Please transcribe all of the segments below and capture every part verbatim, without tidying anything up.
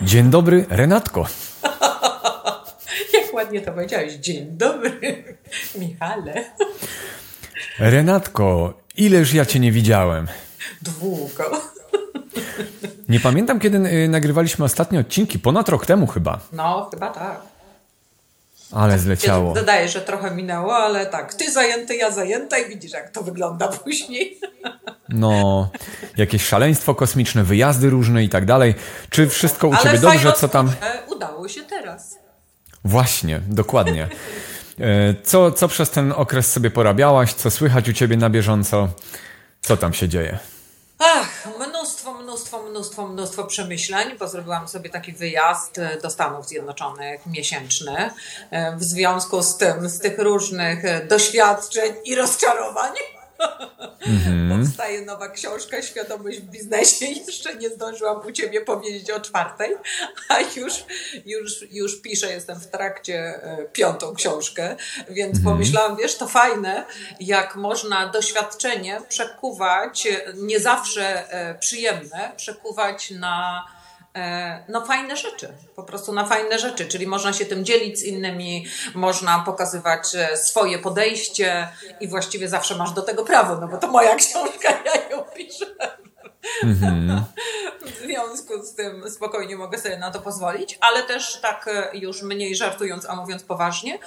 Dzień dobry, Renatko. Jak ładnie to powiedziałeś. Dzień dobry, Michale. Renatko, ileż ja cię nie widziałem. Długo. Nie pamiętam, kiedy y, nagrywaliśmy ostatnie odcinki. Ponad rok temu chyba. No, chyba tak. Ale zleciało. Dodaję, że trochę minęło, ale tak. Ty zajęty, ja zajęta i widzisz, jak to wygląda później. No, jakieś szaleństwo kosmiczne, wyjazdy różne i tak dalej. Czy wszystko u ale ciebie dobrze, co tam... udało się teraz. Właśnie, dokładnie. Co, co przez ten okres sobie porabiałaś? Co słychać u ciebie na bieżąco? Co tam się dzieje? Ach, mnóstwo, mnóstwo, mnóstwo, mnóstwo przemyśleń, bo zrobiłam sobie taki wyjazd do Stanów Zjednoczonych miesięczny. W związku z tym, z tych różnych doświadczeń i rozczarowań mm-hmm. powstaje nowa książka Świadomość w biznesie. Jeszcze nie zdążyłam u ciebie powiedzieć o czwartej, a już, już, już piszę, jestem w trakcie piątą książkę, więc mm-hmm. pomyślałam, wiesz, to fajne, jak można doświadczenie przekuwać, nie zawsze przyjemne, przekuwać na no fajne rzeczy, po prostu na fajne rzeczy, czyli można się tym dzielić z innymi, można pokazywać swoje podejście i właściwie zawsze masz do tego prawo, no bo to moja książka, ja ją piszę. Mm-hmm. W związku z tym spokojnie mogę sobie na to pozwolić, ale też tak już mniej żartując, a mówiąc poważnie,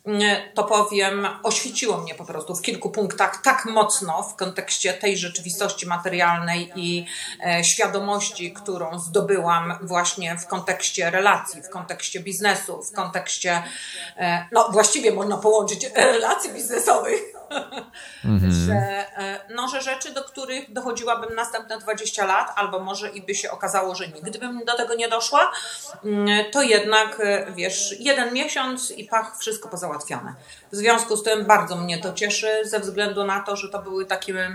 to powiem, oświeciło mnie po prostu w kilku punktach tak mocno w kontekście tej rzeczywistości materialnej i e, świadomości, którą zdobyłam właśnie w kontekście relacji, w kontekście biznesu, w kontekście, e, no właściwie można połączyć relacji biznesowych, mm-hmm. że, e, no, że rzeczy, do których dochodziłabym następne dwadzieścia lat, albo może i by się okazało, że nigdy bym do tego nie doszła, to jednak, wiesz, jeden miesiąc i pach, wszystko pozałatwione. W związku z tym bardzo mnie to cieszy, ze względu na to, że to były takie,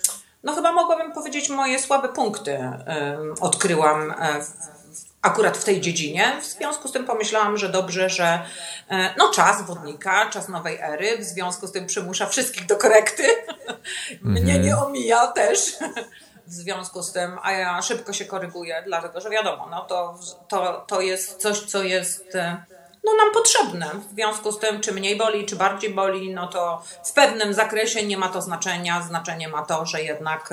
no chyba mogłabym powiedzieć, moje słabe punkty um, odkryłam w, akurat w tej dziedzinie. W związku z tym pomyślałam, że dobrze, że no czas wodnika, czas nowej ery, w związku z tym przymusza wszystkich do korekty. Mnie nie omija też. W związku z tym, a ja szybko się koryguję, dlatego że wiadomo, no to, to, to jest coś, co jest no, nam potrzebne. W związku z tym, czy mniej boli, czy bardziej boli, no to w pewnym zakresie nie ma to znaczenia. Znaczenie ma to, że jednak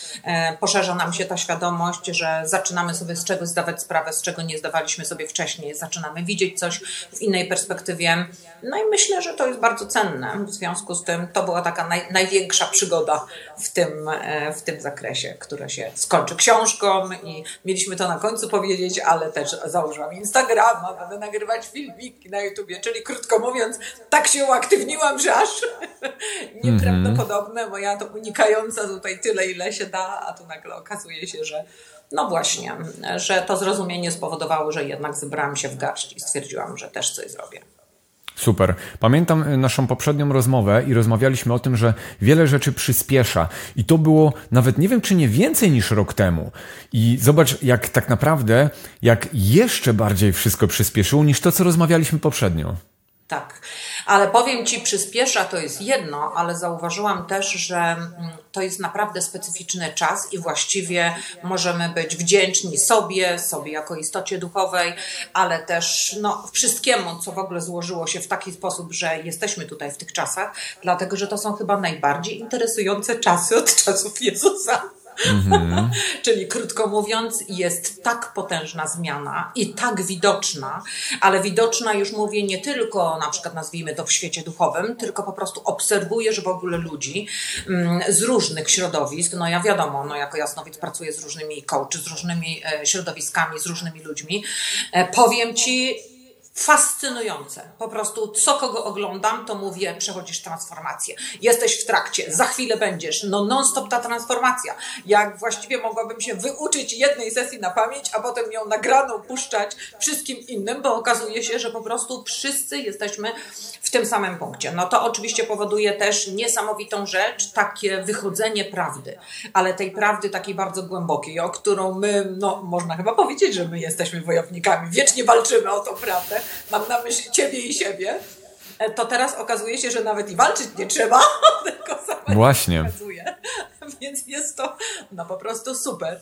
e, poszerza nam się ta świadomość, że zaczynamy sobie z czegoś zdawać sprawę, z czego nie zdawaliśmy sobie wcześniej. Zaczynamy widzieć coś w innej perspektywie. No i myślę, że to jest bardzo cenne. W związku z tym to była taka naj, największa przygoda w tym, e, w tym zakresie, która się skończy książką i mieliśmy to na końcu powiedzieć, ale też założyłam Instagrama, będę nagrywać filmiki na YouTubie, czyli krótko mówiąc, tak się uaktywniłam, że aż nieprawdopodobne, bo ja to unikająca tutaj tyle, ile się da, a tu nagle okazuje się, że no właśnie, że to zrozumienie spowodowało, że jednak zebrałam się w garść i stwierdziłam, że też coś zrobię. Super. Pamiętam naszą poprzednią rozmowę i rozmawialiśmy o tym, że wiele rzeczy przyspiesza i to było nawet nie wiem, czy nie więcej niż rok temu. I zobacz, jak tak naprawdę, jak jeszcze bardziej wszystko przyspieszyło niż to, co rozmawialiśmy poprzednio. Tak, ale powiem Ci, przyspiesza to jest jedno, ale zauważyłam też, że to jest naprawdę specyficzny czas i właściwie możemy być wdzięczni sobie, sobie jako istocie duchowej, ale też no, wszystkiemu, co w ogóle złożyło się w taki sposób, że jesteśmy tutaj w tych czasach, dlatego że to są chyba najbardziej interesujące czasy od czasów Jezusa. Mm-hmm. Czyli krótko mówiąc, jest tak potężna zmiana i tak widoczna, ale widoczna już mówię nie tylko na przykład nazwijmy to w świecie duchowym, tylko po prostu obserwujesz w ogóle ludzi mm, z różnych środowisk. No ja wiadomo, no jako jasnowic pracuję z różnymi coachy, z różnymi e, środowiskami, z różnymi ludźmi. E, powiem Ci, fascynujące. Po prostu co kogo oglądam, to mówię, przechodzisz transformację. Jesteś w trakcie, za chwilę będziesz. No non-stop ta transformacja. Jak właściwie mogłabym się wyuczyć jednej sesji na pamięć, a potem ją nagraną puszczać wszystkim innym, bo okazuje się, że po prostu wszyscy jesteśmy w tym samym punkcie. No to oczywiście powoduje też niesamowitą rzecz, takie wychodzenie prawdy. Ale tej prawdy takiej bardzo głębokiej, o którą my, no można chyba powiedzieć, że my jesteśmy wojownikami. Wiecznie walczymy o tą prawdę. Mam na myśli ciebie i siebie, to teraz okazuje się, że nawet i walczyć nie trzeba, tylko sama Właśnie. się okazuje. Więc jest to no po prostu super.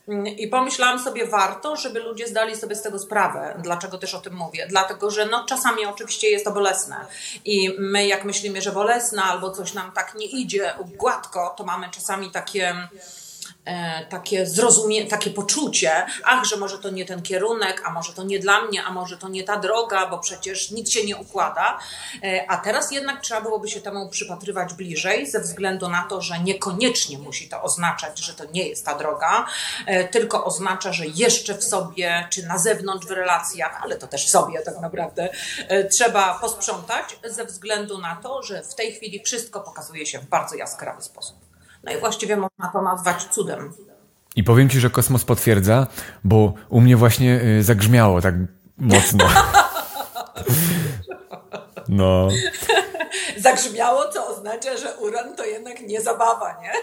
I pomyślałam sobie, warto, żeby ludzie zdali sobie z tego sprawę. Dlaczego też o tym mówię? Dlatego, że no, czasami oczywiście jest to bolesne. I my jak myślimy, że bolesne albo coś nam tak nie idzie gładko, to mamy czasami takie... takie zrozumie, takie poczucie, ach, że może to nie ten kierunek, a może to nie dla mnie, a może to nie ta droga, bo przecież nic się nie układa. A teraz jednak trzeba byłoby się temu przypatrywać bliżej, ze względu na to, że niekoniecznie musi to oznaczać, że to nie jest ta droga, tylko oznacza, że jeszcze w sobie, czy na zewnątrz w relacjach, ale to też w sobie tak naprawdę, trzeba posprzątać, ze względu na to, że w tej chwili wszystko pokazuje się w bardzo jaskrawy sposób. No i właściwie można to nazwać cudem. I powiem Ci, że kosmos potwierdza, bo u mnie właśnie zagrzmiało tak mocno. No. Zagrzmiało, co oznacza, że uran to jednak nie zabawa, nie?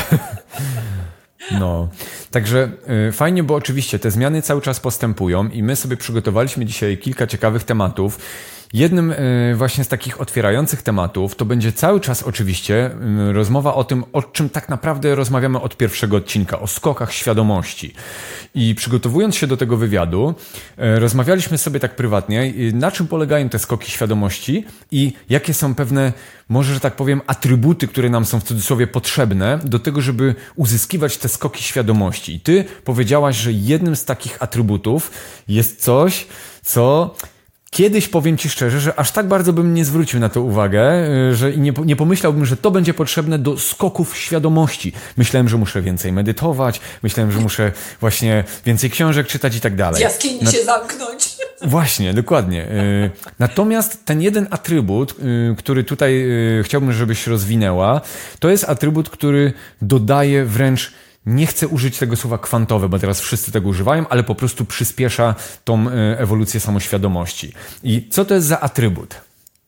No, także y, fajnie, bo oczywiście te zmiany cały czas postępują i my sobie przygotowaliśmy dzisiaj kilka ciekawych tematów. Jednym y, właśnie z takich otwierających tematów to będzie cały czas oczywiście y, rozmowa o tym, o czym tak naprawdę rozmawiamy od pierwszego odcinka, o skokach świadomości. I przygotowując się do tego wywiadu, y, rozmawialiśmy sobie tak prywatnie, y, na czym polegają te skoki świadomości i jakie są pewne, może że tak powiem, atrybuty, które nam są w cudzysłowie potrzebne do tego, żeby uzyskiwać te skoki świadomości. I ty powiedziałaś, że jednym z takich atrybutów jest coś, co... Kiedyś, powiem Ci szczerze, że aż tak bardzo bym nie zwrócił na to uwagę, że nie, nie pomyślałbym, że to będzie potrzebne do skoków świadomości. Myślałem, że muszę więcej medytować, myślałem, że muszę właśnie więcej książek czytać i tak dalej. W jaskini Na... się zamknąć. Właśnie, dokładnie. Natomiast ten jeden atrybut, który tutaj chciałbym, żebyś rozwinęła, to jest atrybut, który dodaje wręcz, nie chcę użyć tego słowa kwantowe, bo teraz wszyscy tego używają, ale po prostu przyspiesza tą ewolucję samoświadomości. I co to jest za atrybut?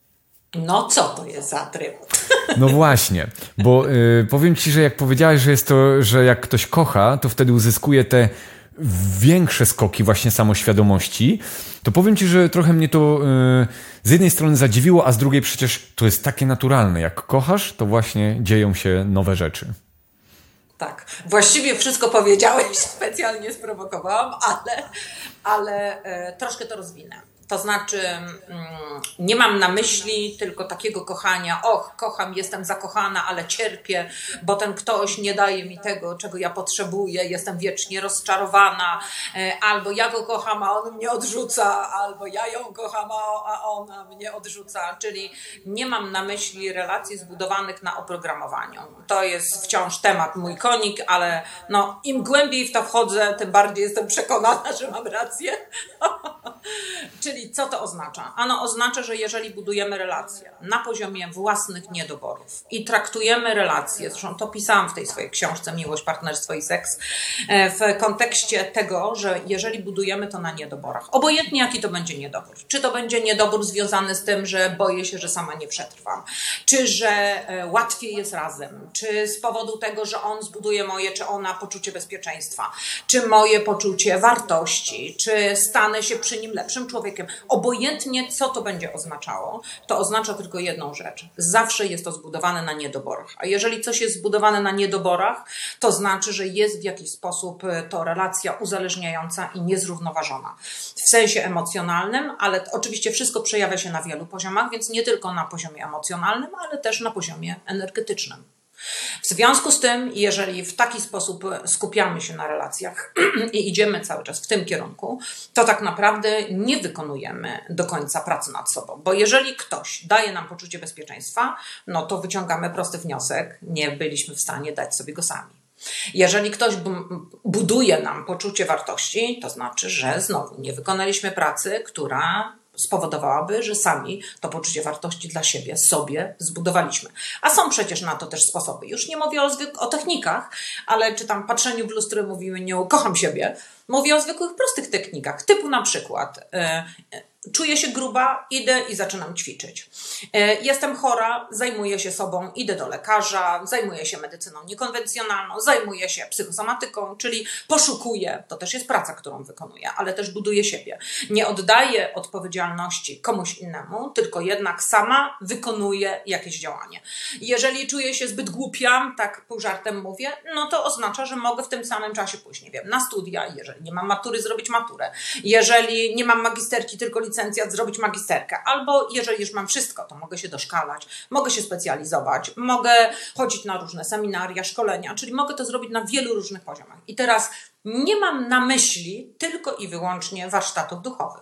No co to jest za atrybut? No właśnie, bo y, powiem Ci, że jak powiedziałeś, że jest to, że jak ktoś kocha, to wtedy uzyskuje te większe skoki właśnie samoświadomości, to powiem Ci, że trochę mnie to y, z jednej strony zadziwiło, a z drugiej przecież to jest takie naturalne. Jak kochasz, to właśnie dzieją się nowe rzeczy. Tak, właściwie wszystko powiedziałeś, specjalnie sprowokowałam, ale, ale e, troszkę to rozwinę. To znaczy, mm, nie mam na myśli tylko takiego kochania, och, kocham, jestem zakochana, ale cierpię, bo ten ktoś nie daje mi tego, czego ja potrzebuję, jestem wiecznie rozczarowana, e, albo ja go kocham, a on mnie odrzuca, albo ja ją kocham, a ona mnie odrzuca, czyli nie mam na myśli relacji zbudowanych na oprogramowaniu. To jest wciąż temat mój konik, ale no, im głębiej w to wchodzę, tym bardziej jestem przekonana, że mam rację. Czyli co to oznacza? Ano oznacza, że jeżeli budujemy relacje na poziomie własnych niedoborów i traktujemy relacje, zresztą to pisałam w tej swojej książce Miłość, partnerstwo i seks, w kontekście tego, że jeżeli budujemy to na niedoborach, obojętnie jaki to będzie niedobór, czy to będzie niedobór związany z tym, że boję się, że sama nie przetrwam, czy że łatwiej jest razem, czy z powodu tego, że on zbuduje moje, czy ona poczucie bezpieczeństwa, czy moje poczucie wartości, czy stanę się przy nim lepszym człowiekiem. Obojętnie co to będzie oznaczało, to oznacza tylko jedną rzecz. Zawsze jest to zbudowane na niedoborach. A jeżeli coś jest zbudowane na niedoborach, to znaczy, że jest w jakiś sposób to relacja uzależniająca i niezrównoważona. W sensie emocjonalnym, ale oczywiście wszystko przejawia się na wielu poziomach, więc nie tylko na poziomie emocjonalnym, ale też na poziomie energetycznym. W związku z tym, jeżeli w taki sposób skupiamy się na relacjach i idziemy cały czas w tym kierunku, to tak naprawdę nie wykonujemy do końca pracy nad sobą. Bo jeżeli ktoś daje nam poczucie bezpieczeństwa, no to wyciągamy prosty wniosek, nie byliśmy w stanie dać sobie go sami. Jeżeli ktoś buduje nam poczucie wartości, to znaczy, że znowu nie wykonaliśmy pracy, która spowodowałaby, że sami to poczucie wartości dla siebie, sobie zbudowaliśmy. A są przecież na to też sposoby. Już nie mówię o, zwyk- o technikach, ale czy tam patrzeniu w lustro mówimy nie kocham siebie. Mówię o zwykłych, prostych technikach, typu na przykład yy, Czuję się gruba, idę i zaczynam ćwiczyć. Jestem chora, zajmuję się sobą, idę do lekarza, zajmuję się medycyną niekonwencjonalną, zajmuję się psychosomatyką, czyli poszukuję, to też jest praca, którą wykonuję, ale też buduję siebie. Nie oddaję odpowiedzialności komuś innemu, tylko jednak sama wykonuję jakieś działanie. Jeżeli czuję się zbyt głupia, tak pół żartem mówię, no to oznacza, że mogę w tym samym czasie pójść, nie wiem, na studia, jeżeli nie mam matury, zrobić maturę. Jeżeli nie mam magisterki, tylko licencjat, zrobić magisterkę. Albo jeżeli już mam wszystko, to mogę się doszkalać, mogę się specjalizować, mogę chodzić na różne seminaria, szkolenia, czyli mogę to zrobić na wielu różnych poziomach. I teraz nie mam na myśli tylko i wyłącznie warsztatów duchowych.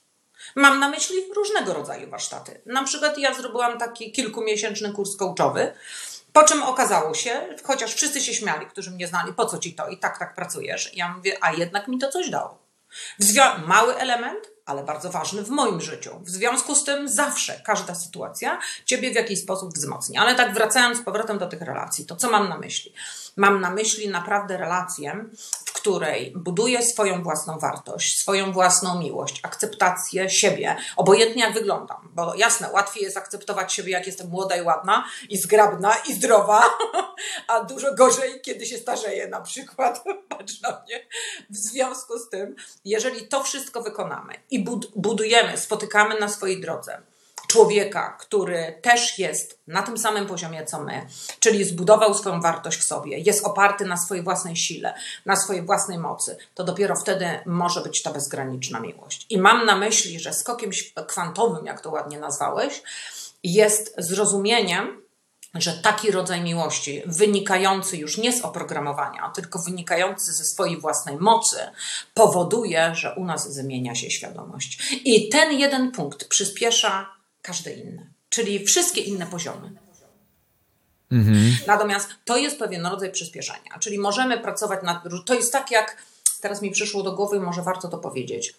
Mam na myśli różnego rodzaju warsztaty. Na przykład ja zrobiłam taki kilkumiesięczny kurs coachowy, po czym okazało się, chociaż wszyscy się śmiali, którzy mnie znali, po co ci to i tak, tak pracujesz. Ja mówię, a jednak mi to coś dało. Mały element, ale bardzo ważny w moim życiu. W związku z tym zawsze każda sytuacja ciebie w jakiś sposób wzmocni. Ale tak wracając z powrotem do tych relacji, to co mam na myśli? Mam na myśli naprawdę relację, w której buduję swoją własną wartość, swoją własną miłość, akceptację siebie, obojętnie jak wyglądam. Bo jasne, łatwiej jest akceptować siebie, jak jestem młoda i ładna, i zgrabna, i zdrowa, a dużo gorzej, kiedy się starzeję na przykład. Patrz na mnie. W związku z tym, jeżeli to wszystko wykonamy i budujemy, spotykamy na swojej drodze człowieka, który też jest na tym samym poziomie co my, czyli zbudował swoją wartość w sobie, jest oparty na swojej własnej sile, na swojej własnej mocy, to dopiero wtedy może być ta bezgraniczna miłość. I mam na myśli, że skokiem kwantowym, jak to ładnie nazwałeś, jest zrozumieniem, że taki rodzaj miłości, wynikający już nie z oprogramowania, tylko wynikający ze swojej własnej mocy, powoduje, że u nas zmienia się świadomość. I ten jeden punkt przyspiesza każde inne, czyli wszystkie inne poziomy. Mhm. Natomiast to jest pewien rodzaj przyspieszenia, czyli możemy pracować nad... To jest tak jak, teraz mi przyszło do głowy i może warto to powiedzieć.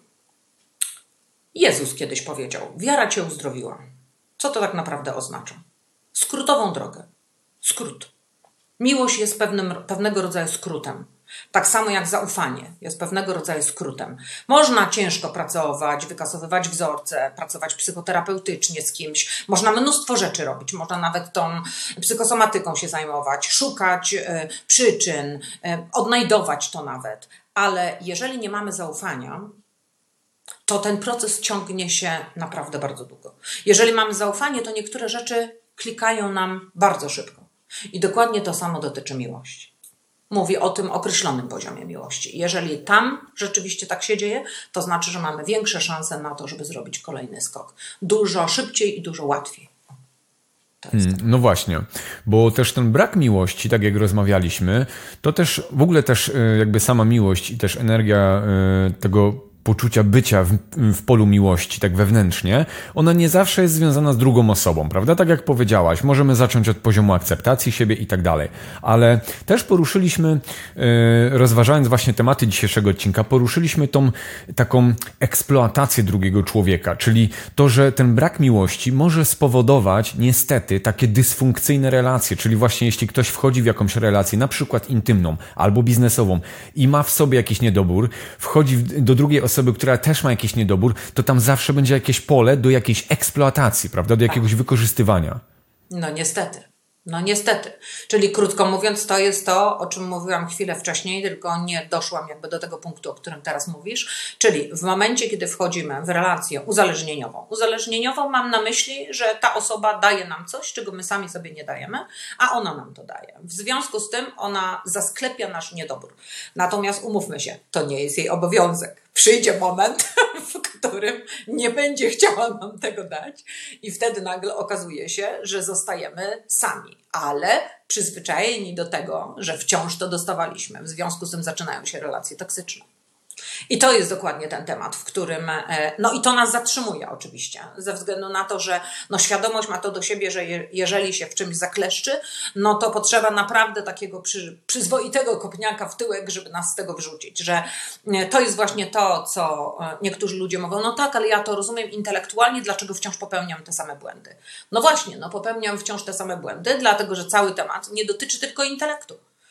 Jezus kiedyś powiedział, wiara cię uzdrowiła. Co to tak naprawdę oznacza? Skrótową drogę. Skrót. Miłość jest pewnym, pewnego rodzaju skrótem. Tak samo jak zaufanie jest pewnego rodzaju skrótem. Można ciężko pracować, wykasowywać wzorce, pracować psychoterapeutycznie z kimś. Można mnóstwo rzeczy robić. Można nawet tą psychosomatyką się zajmować, szukać y, przyczyn, y, odnajdować to nawet. Ale jeżeli nie mamy zaufania, to ten proces ciągnie się naprawdę bardzo długo. Jeżeli mamy zaufanie, to niektóre rzeczy klikają nam bardzo szybko. I dokładnie to samo dotyczy miłości. Mówię o tym określonym poziomie miłości. Jeżeli tam rzeczywiście tak się dzieje, to znaczy, że mamy większe szanse na to, żeby zrobić kolejny skok. Dużo szybciej i dużo łatwiej. Hmm, no właśnie, bo też ten brak miłości, tak jak rozmawialiśmy, to też w ogóle też jakby sama miłość i też energia tego poczucia bycia w, w polu miłości, tak wewnętrznie, ona nie zawsze jest związana z drugą osobą, prawda? Tak jak powiedziałaś, możemy zacząć od poziomu akceptacji siebie i tak dalej, ale też poruszyliśmy, yy, rozważając właśnie tematy dzisiejszego odcinka, poruszyliśmy tą taką eksploatację drugiego człowieka, czyli to, że ten brak miłości może spowodować niestety takie dysfunkcyjne relacje, czyli właśnie jeśli ktoś wchodzi w jakąś relację, na przykład intymną albo biznesową i ma w sobie jakiś niedobór, wchodzi do drugiej osoby, osoby, która też ma jakiś niedobór, to tam zawsze będzie jakieś pole do jakiejś eksploatacji, prawda, do jakiegoś wykorzystywania. No niestety. No niestety. Czyli krótko mówiąc, to jest to, o czym mówiłam chwilę wcześniej, tylko nie doszłam jakby do tego punktu, o którym teraz mówisz. Czyli w momencie, kiedy wchodzimy w relację uzależnieniową. Uzależnieniową mam na myśli, że ta osoba daje nam coś, czego my sami sobie nie dajemy, a ona nam to daje. W związku z tym ona zasklepia nasz niedobór. Natomiast umówmy się, to nie jest jej obowiązek. Przyjdzie moment, w którym nie będzie chciała nam tego dać i wtedy nagle okazuje się, że zostajemy sami, ale przyzwyczajeni do tego, że wciąż to dostawaliśmy. W związku z tym zaczynają się relacje toksyczne. I to jest dokładnie ten temat, w którym, no i to nas zatrzymuje oczywiście, ze względu na to, że no świadomość ma to do siebie, że je, jeżeli się w czymś zakleszczy, no to potrzeba naprawdę takiego przy, przyzwoitego kopniaka w tyłek, żeby nas z tego wyrzucić, że to jest właśnie to, co niektórzy ludzie mówią, no tak, ale ja to rozumiem intelektualnie, dlaczego wciąż popełniam te same błędy. No właśnie, no popełniam wciąż te same błędy, dlatego, że cały temat nie dotyczy tylko intelektu.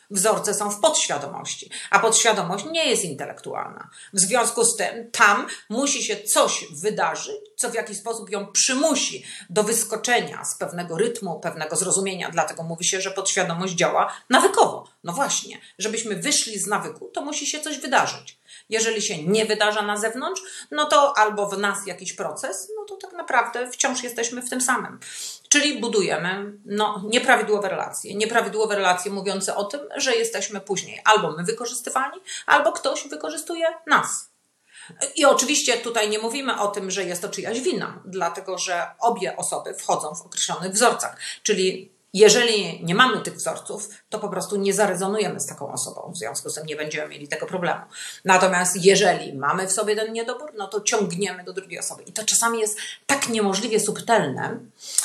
Wzorce są w podświadomości, a podświadomość nie jest intelektualna. W związku z tym tam musi się coś wydarzyć, co w jakiś sposób ją przymusi do wyskoczenia z pewnego rytmu, pewnego zrozumienia. Dlatego mówi się, że podświadomość działa nawykowo. No właśnie, żebyśmy wyszli z nawyku, to musi się coś wydarzyć. Jeżeli się nie wydarza na zewnątrz, no to albo w nas jakiś proces, no to tak naprawdę wciąż jesteśmy w tym samym. Czyli budujemy no, nieprawidłowe relacje. Nieprawidłowe relacje mówiące o tym, że jesteśmy później albo my wykorzystywani, albo ktoś wykorzystuje nas. I oczywiście tutaj nie mówimy o tym, że jest to czyjaś wina, dlatego że obie osoby wchodzą w określonych wzorcach. Czyli jeżeli nie mamy tych wzorców, to po prostu nie zarezonujemy z taką osobą, w związku z tym nie będziemy mieli tego problemu. Natomiast jeżeli mamy w sobie ten niedobór, no to ciągniemy do drugiej osoby. I to czasami jest tak niemożliwie subtelne,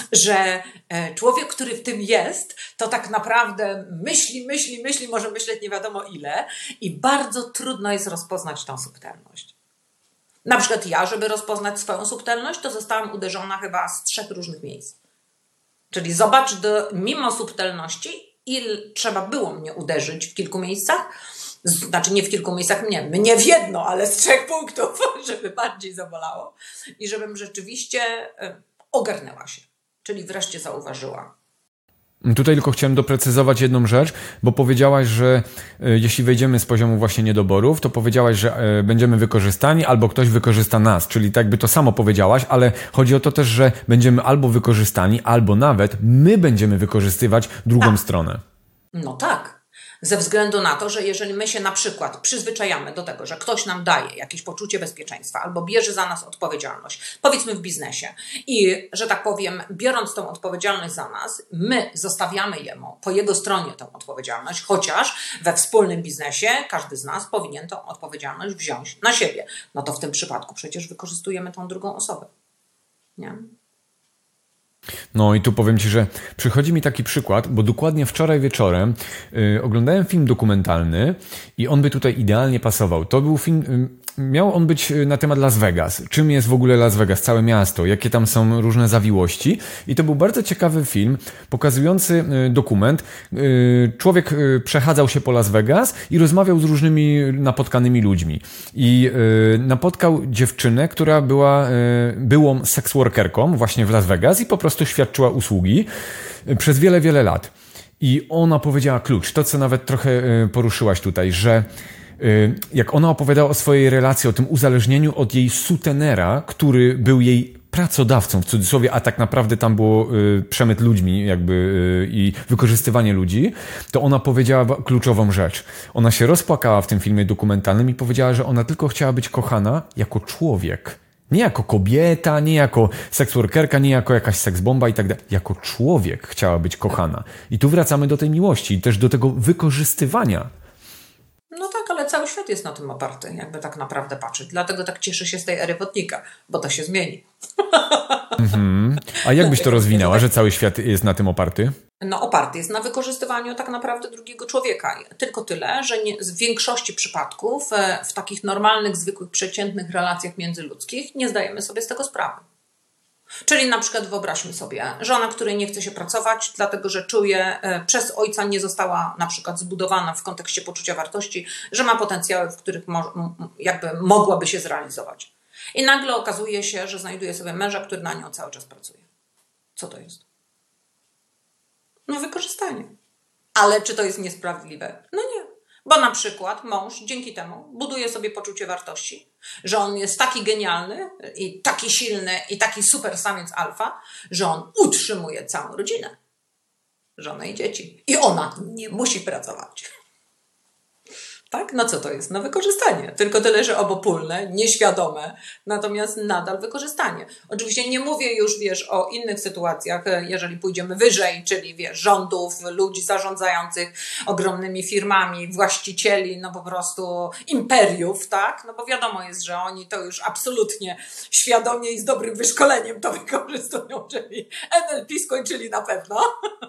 że człowiek, który w tym jest, to tak naprawdę myśli, myśli, myśli, może myśleć nie wiadomo ile i bardzo trudno jest rozpoznać tą subtelność. Na przykład ja, żeby rozpoznać swoją subtelność, to zostałam uderzona chyba z trzech różnych miejsc. Czyli zobacz, do, mimo subtelności, ile trzeba było mnie uderzyć w kilku miejscach, znaczy nie w kilku miejscach mnie, mnie w jedno, ale z trzech punktów, żeby bardziej zabolało i żebym rzeczywiście ogarnęła się, czyli wreszcie zauważyła. Tutaj tylko chciałem doprecyzować jedną rzecz, bo powiedziałaś, że jeśli wejdziemy z poziomu właśnie niedoborów, to powiedziałaś, że będziemy wykorzystani albo ktoś wykorzysta nas, czyli tak by to samo powiedziałaś, ale chodzi o to też, że będziemy albo wykorzystani, albo nawet my będziemy wykorzystywać drugą tak. stronę. No tak. Ze względu na to, że jeżeli my się na przykład przyzwyczajamy do tego, że ktoś nam daje jakieś poczucie bezpieczeństwa albo bierze za nas odpowiedzialność, powiedzmy w biznesie i, że tak powiem, biorąc tą odpowiedzialność za nas, my zostawiamy jemu po jego stronie tą odpowiedzialność, chociaż we wspólnym biznesie każdy z nas powinien tą odpowiedzialność wziąć na siebie. No to w tym przypadku przecież wykorzystujemy tą drugą osobę. Nie? No i tu powiem Ci, że przychodzi mi taki przykład, bo dokładnie wczoraj wieczorem yy, oglądałem film dokumentalny i on by tutaj idealnie pasował. To był film, yy, miał on być na temat Las Vegas. Czym jest w ogóle Las Vegas, całe miasto, jakie tam są różne zawiłości. I to był bardzo ciekawy film, pokazujący yy, dokument. Yy, człowiek yy, przechadzał się po Las Vegas i rozmawiał z różnymi napotkanymi ludźmi. I yy, napotkał dziewczynę, która była yy, byłą seksworkerką właśnie w Las Vegas i po prostu świadczyła usługi przez wiele, wiele lat. I ona powiedziała klucz, to co nawet trochę poruszyłaś tutaj, że jak ona opowiadała o swojej relacji, o tym uzależnieniu od jej sutenera, który był jej pracodawcą w cudzysłowie, a tak naprawdę tam było przemyt ludźmi jakby i wykorzystywanie ludzi, to ona powiedziała kluczową rzecz. Ona się rozpłakała w tym filmie dokumentalnym i powiedziała, że ona tylko chciała być kochana jako człowiek. Nie jako kobieta, nie jako seksworkerka, nie jako jakaś seksbomba i tak dalej. Jako człowiek chciała być kochana. I tu wracamy do tej miłości i też do tego wykorzystywania. No tak, ale cały świat jest na tym oparty, jakby tak naprawdę patrzeć. Dlatego tak cieszę się z tej ery wodnika, bo to się zmieni. Mm-hmm. A jak byś to rozwinęła, że cały świat jest na tym oparty? No oparty jest na wykorzystywaniu tak naprawdę drugiego człowieka. Tylko tyle, że nie, w większości przypadków w takich normalnych, zwykłych, przeciętnych relacjach międzyludzkich nie zdajemy sobie z tego sprawy. Czyli na przykład wyobraźmy sobie żona, której nie chce się pracować, dlatego że czuje, przez ojca nie została na przykład zbudowana w kontekście poczucia wartości, że ma potencjały, w których mo- jakby mogłaby się zrealizować. I nagle okazuje się, że znajduje sobie męża, który na nią cały czas pracuje. Co to jest? No wykorzystanie. Ale czy to jest niesprawiedliwe? No nie. Bo na przykład mąż dzięki temu buduje sobie poczucie wartości, że on jest taki genialny i taki silny i taki super samiec alfa, że on utrzymuje całą rodzinę, żonę i dzieci. I ona nie musi pracować. Tak? No co to jest? No wykorzystanie. Tylko tyle, że obopólne, nieświadome, natomiast nadal wykorzystanie. Oczywiście nie mówię już, wiesz, o innych sytuacjach, jeżeli pójdziemy wyżej, czyli wiesz, rządów, ludzi zarządzających ogromnymi firmami, właścicieli, no po prostu imperiów, tak? No bo wiadomo jest, że oni to już absolutnie świadomie i z dobrym wyszkoleniem to wykorzystują, czyli N L P skończyli na pewno.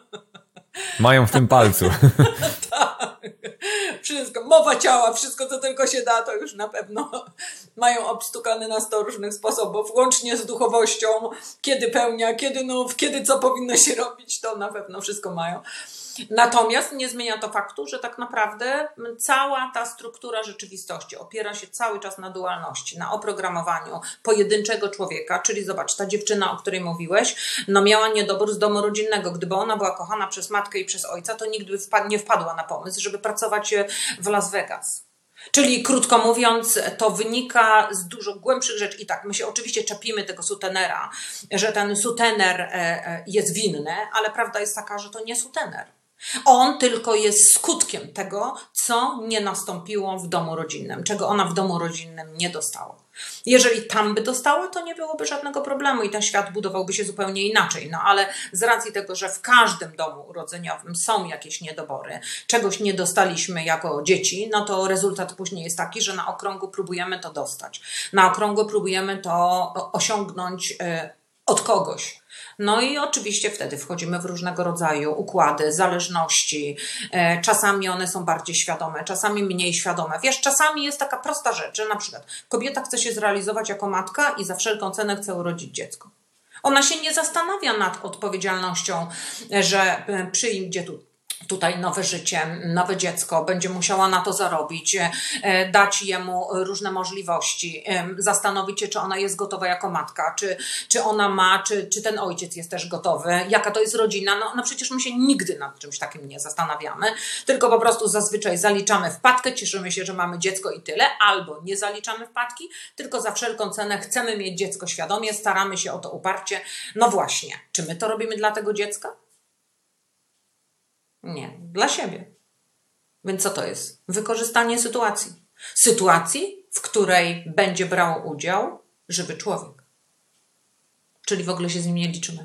Mają w tym palcu. Tak. Wszystko, mowa ciała, wszystko co tylko się da, to już na pewno mają obstukane na sto różnych sposobów, łącznie z duchowością, kiedy pełnia, kiedy nów, kiedy co powinno się robić, to na pewno wszystko mają. Natomiast nie zmienia to faktu, że tak naprawdę cała ta struktura rzeczywistości opiera się cały czas na dualności, na oprogramowaniu pojedynczego człowieka, czyli zobacz, ta dziewczyna, o której mówiłeś, no miała niedobór z domu rodzinnego. Gdyby ona była kochana przez matkę i przez ojca, to nigdy by nie wpadła na pomysł, żeby pracować w Las Vegas. Czyli krótko mówiąc, to wynika z dużo głębszych rzeczy. I tak, my się oczywiście czepimy tego sutenera, że ten sutener jest winny, ale prawda jest taka, że to nie sutener. On tylko jest skutkiem tego, co nie nastąpiło w domu rodzinnym, czego ona w domu rodzinnym nie dostała. Jeżeli tam by dostała, to nie byłoby żadnego problemu i ten świat budowałby się zupełnie inaczej. No ale z racji tego, że w każdym domu urodzeniowym są jakieś niedobory, czegoś nie dostaliśmy jako dzieci, no to rezultat później jest taki, że na okrągło próbujemy to dostać. Na okrągło próbujemy to osiągnąć od kogoś. No i oczywiście wtedy wchodzimy w różnego rodzaju układy, zależności. Czasami one są bardziej świadome, czasami mniej świadome. Wiesz, czasami jest taka prosta rzecz, że na przykład kobieta chce się zrealizować jako matka i za wszelką cenę chce urodzić dziecko. Ona się nie zastanawia nad odpowiedzialnością, że przyjdzie tu tutaj nowe życie, nowe dziecko, będzie musiała na to zarobić, dać jemu różne możliwości, zastanowić się, czy ona jest gotowa jako matka, czy, czy ona ma, czy, czy ten ojciec jest też gotowy, jaka to jest rodzina. No, no przecież my się nigdy nad czymś takim nie zastanawiamy, tylko po prostu zazwyczaj zaliczamy wpadkę, cieszymy się, że mamy dziecko i tyle, albo nie zaliczamy wpadki, tylko za wszelką cenę chcemy mieć dziecko świadomie, staramy się o to uparcie. No właśnie, czy my to robimy dla tego dziecka? Nie, dla siebie. Więc co to jest? Wykorzystanie sytuacji. Sytuacji, w której będzie brał udział żywy człowiek. Czyli w ogóle się z nim nie liczymy.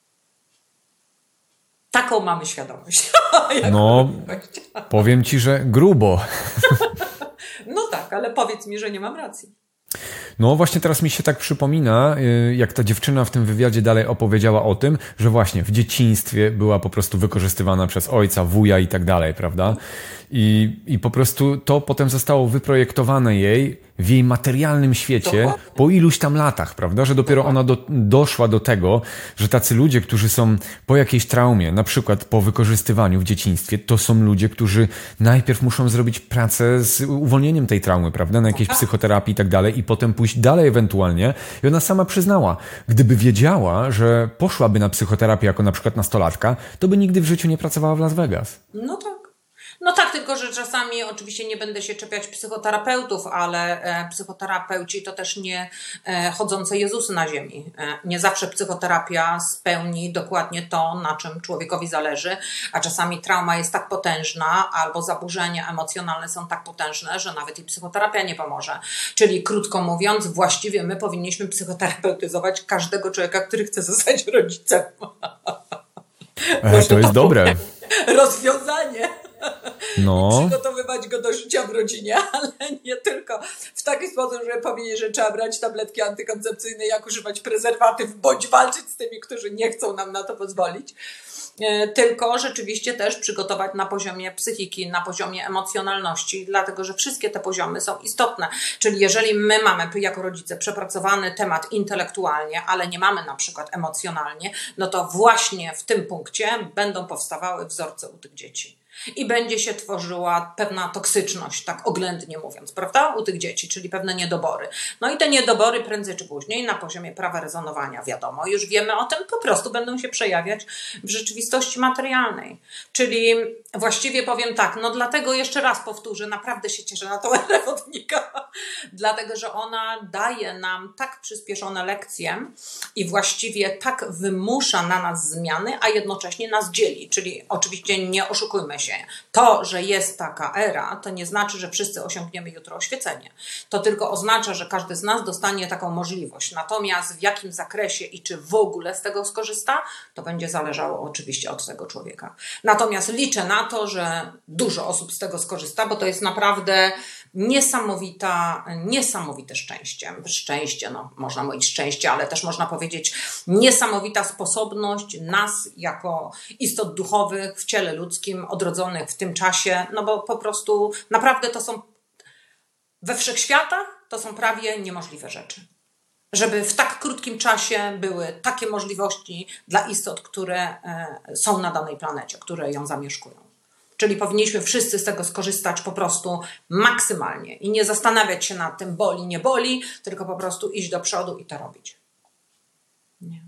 Taką mamy świadomość. No, powiem ci, że grubo. No tak, ale powiedz mi, że nie mam racji. No właśnie teraz mi się tak przypomina, jak ta dziewczyna w tym wywiadzie dalej opowiedziała o tym, że właśnie w dzieciństwie była po prostu wykorzystywana przez ojca, wuja i tak dalej, prawda? I, i po prostu to potem zostało wyprojektowane jej w jej materialnym świecie po iluś tam latach, prawda? Że dopiero ona do, doszła do tego, że tacy ludzie, którzy są po jakiejś traumie, na przykład po wykorzystywaniu w dzieciństwie, to są ludzie, którzy najpierw muszą zrobić pracę z uwolnieniem tej traumy, prawda? Na jakiejś psychoterapii i tak dalej i potem pójść dalej ewentualnie. I ona sama przyznała, gdyby wiedziała, że poszłaby na psychoterapię jako na przykład nastolatka, to by nigdy w życiu nie pracowała w Las Vegas. No tak. No tak, tylko że czasami oczywiście nie będę się czepiać psychoterapeutów, ale e, psychoterapeuci to też nie e, chodzące Jezusy na ziemi. E, nie zawsze psychoterapia spełni dokładnie to, na czym człowiekowi zależy, a czasami trauma jest tak potężna albo zaburzenia emocjonalne są tak potężne, że nawet i psychoterapia nie pomoże. Czyli krótko mówiąc, właściwie my powinniśmy psychoterapeutyzować każdego człowieka, który chce zostać rodzicem. E, to jest dobre. Rozwiązanie. No. I przygotowywać go do życia w rodzinie, ale nie tylko w taki sposób, że powiedzieć, że trzeba brać tabletki antykoncepcyjne, jak używać prezerwatyw, bądź walczyć z tymi, którzy nie chcą nam na to pozwolić. Tylko rzeczywiście też przygotować na poziomie psychiki, na poziomie emocjonalności, dlatego że wszystkie te poziomy są istotne. Czyli jeżeli my mamy jako rodzice przepracowany temat intelektualnie, ale nie mamy na przykład emocjonalnie, no to właśnie w tym punkcie będą powstawały wzorce u tych dzieci. I będzie się tworzyła pewna toksyczność, tak oględnie mówiąc, prawda, u tych dzieci, czyli pewne niedobory. No i te niedobory prędzej czy później na poziomie prawa rezonowania, wiadomo, już wiemy o tym, po prostu będą się przejawiać w rzeczywistości materialnej. Czyli właściwie powiem tak, no dlatego jeszcze raz powtórzę, naprawdę się cieszę na tą erę wodnika, dlatego, że ona daje nam tak przyspieszone lekcje i właściwie tak wymusza na nas zmiany, a jednocześnie nas dzieli, czyli oczywiście nie oszukujmy się. To, że jest taka era, to nie znaczy, że wszyscy osiągniemy jutro oświecenie. To tylko oznacza, że każdy z nas dostanie taką możliwość. Natomiast w jakim zakresie i czy w ogóle z tego skorzysta, to będzie zależało oczywiście od tego człowieka. Natomiast liczę na to, że dużo osób z tego skorzysta, bo to jest naprawdę niesamowita, niesamowite szczęście. Szczęście, no można mówić szczęście, ale też można powiedzieć niesamowita sposobność nas jako istot duchowych w ciele ludzkim, odrodzonych w tym czasie, no bo po prostu naprawdę to są we wszechświatach, to są prawie niemożliwe rzeczy. żeby w tak krótkim czasie były takie możliwości dla istot, które są na danej planecie, które ją zamieszkują. Czyli powinniśmy wszyscy z tego skorzystać po prostu maksymalnie i nie zastanawiać się nad tym, boli, nie boli, tylko po prostu iść do przodu i to robić. Nie.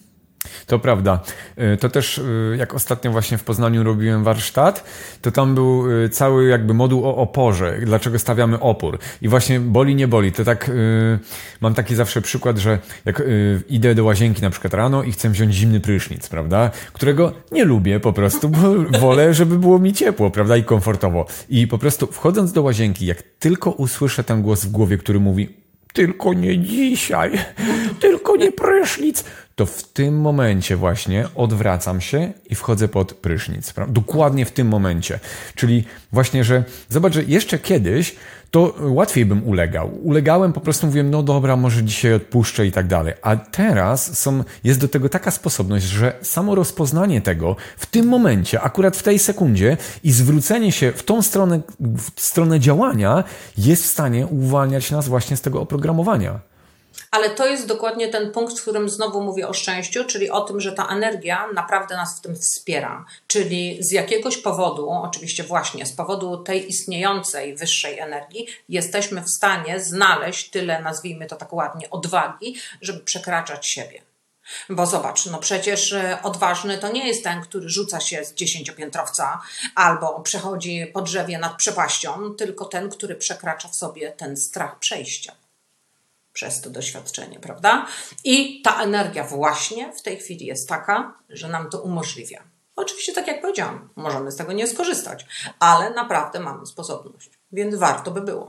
To prawda. To też jak ostatnio właśnie w Poznaniu robiłem warsztat, to tam był cały jakby moduł o oporze, dlaczego stawiamy opór. I właśnie boli, nie boli. To tak, mam taki zawsze przykład, że jak idę do łazienki na przykład rano i chcę wziąć zimny prysznic, prawda, którego nie lubię po prostu, bo wolę, żeby było mi ciepło, prawda, i komfortowo. I po prostu wchodząc do łazienki, jak tylko usłyszę ten głos w głowie, który mówi: tylko nie dzisiaj, tylko nie prysznic, to w tym momencie właśnie odwracam się i wchodzę pod prysznic. Prawda? Dokładnie w tym momencie. Czyli właśnie, że zobacz, że jeszcze kiedyś to łatwiej bym ulegał. Ulegałem, po prostu mówiłem, no dobra, może dzisiaj odpuszczę i tak dalej. A teraz są, jest do tego taka sposobność, że samo rozpoznanie tego w tym momencie, akurat w tej sekundzie i zwrócenie się w tą stronę, w stronę działania jest w stanie uwalniać nas właśnie z tego oprogramowania. Ale to jest dokładnie ten punkt, w którym znowu mówię o szczęściu, czyli o tym, że ta energia naprawdę nas w tym wspiera. Czyli z jakiegoś powodu, oczywiście właśnie z powodu tej istniejącej wyższej energii, jesteśmy w stanie znaleźć tyle, nazwijmy to tak ładnie, odwagi, żeby przekraczać siebie. Bo zobacz, no przecież odważny to nie jest ten, który rzuca się z dziesięciopiętrowca albo przechodzi po drzewie nad przepaścią, tylko ten, który przekracza w sobie ten strach przejścia przez to doświadczenie, prawda? I ta energia właśnie w tej chwili jest taka, że nam to umożliwia. Oczywiście, tak jak powiedziałam, możemy z tego nie skorzystać, ale naprawdę mamy sposobność, więc warto by było.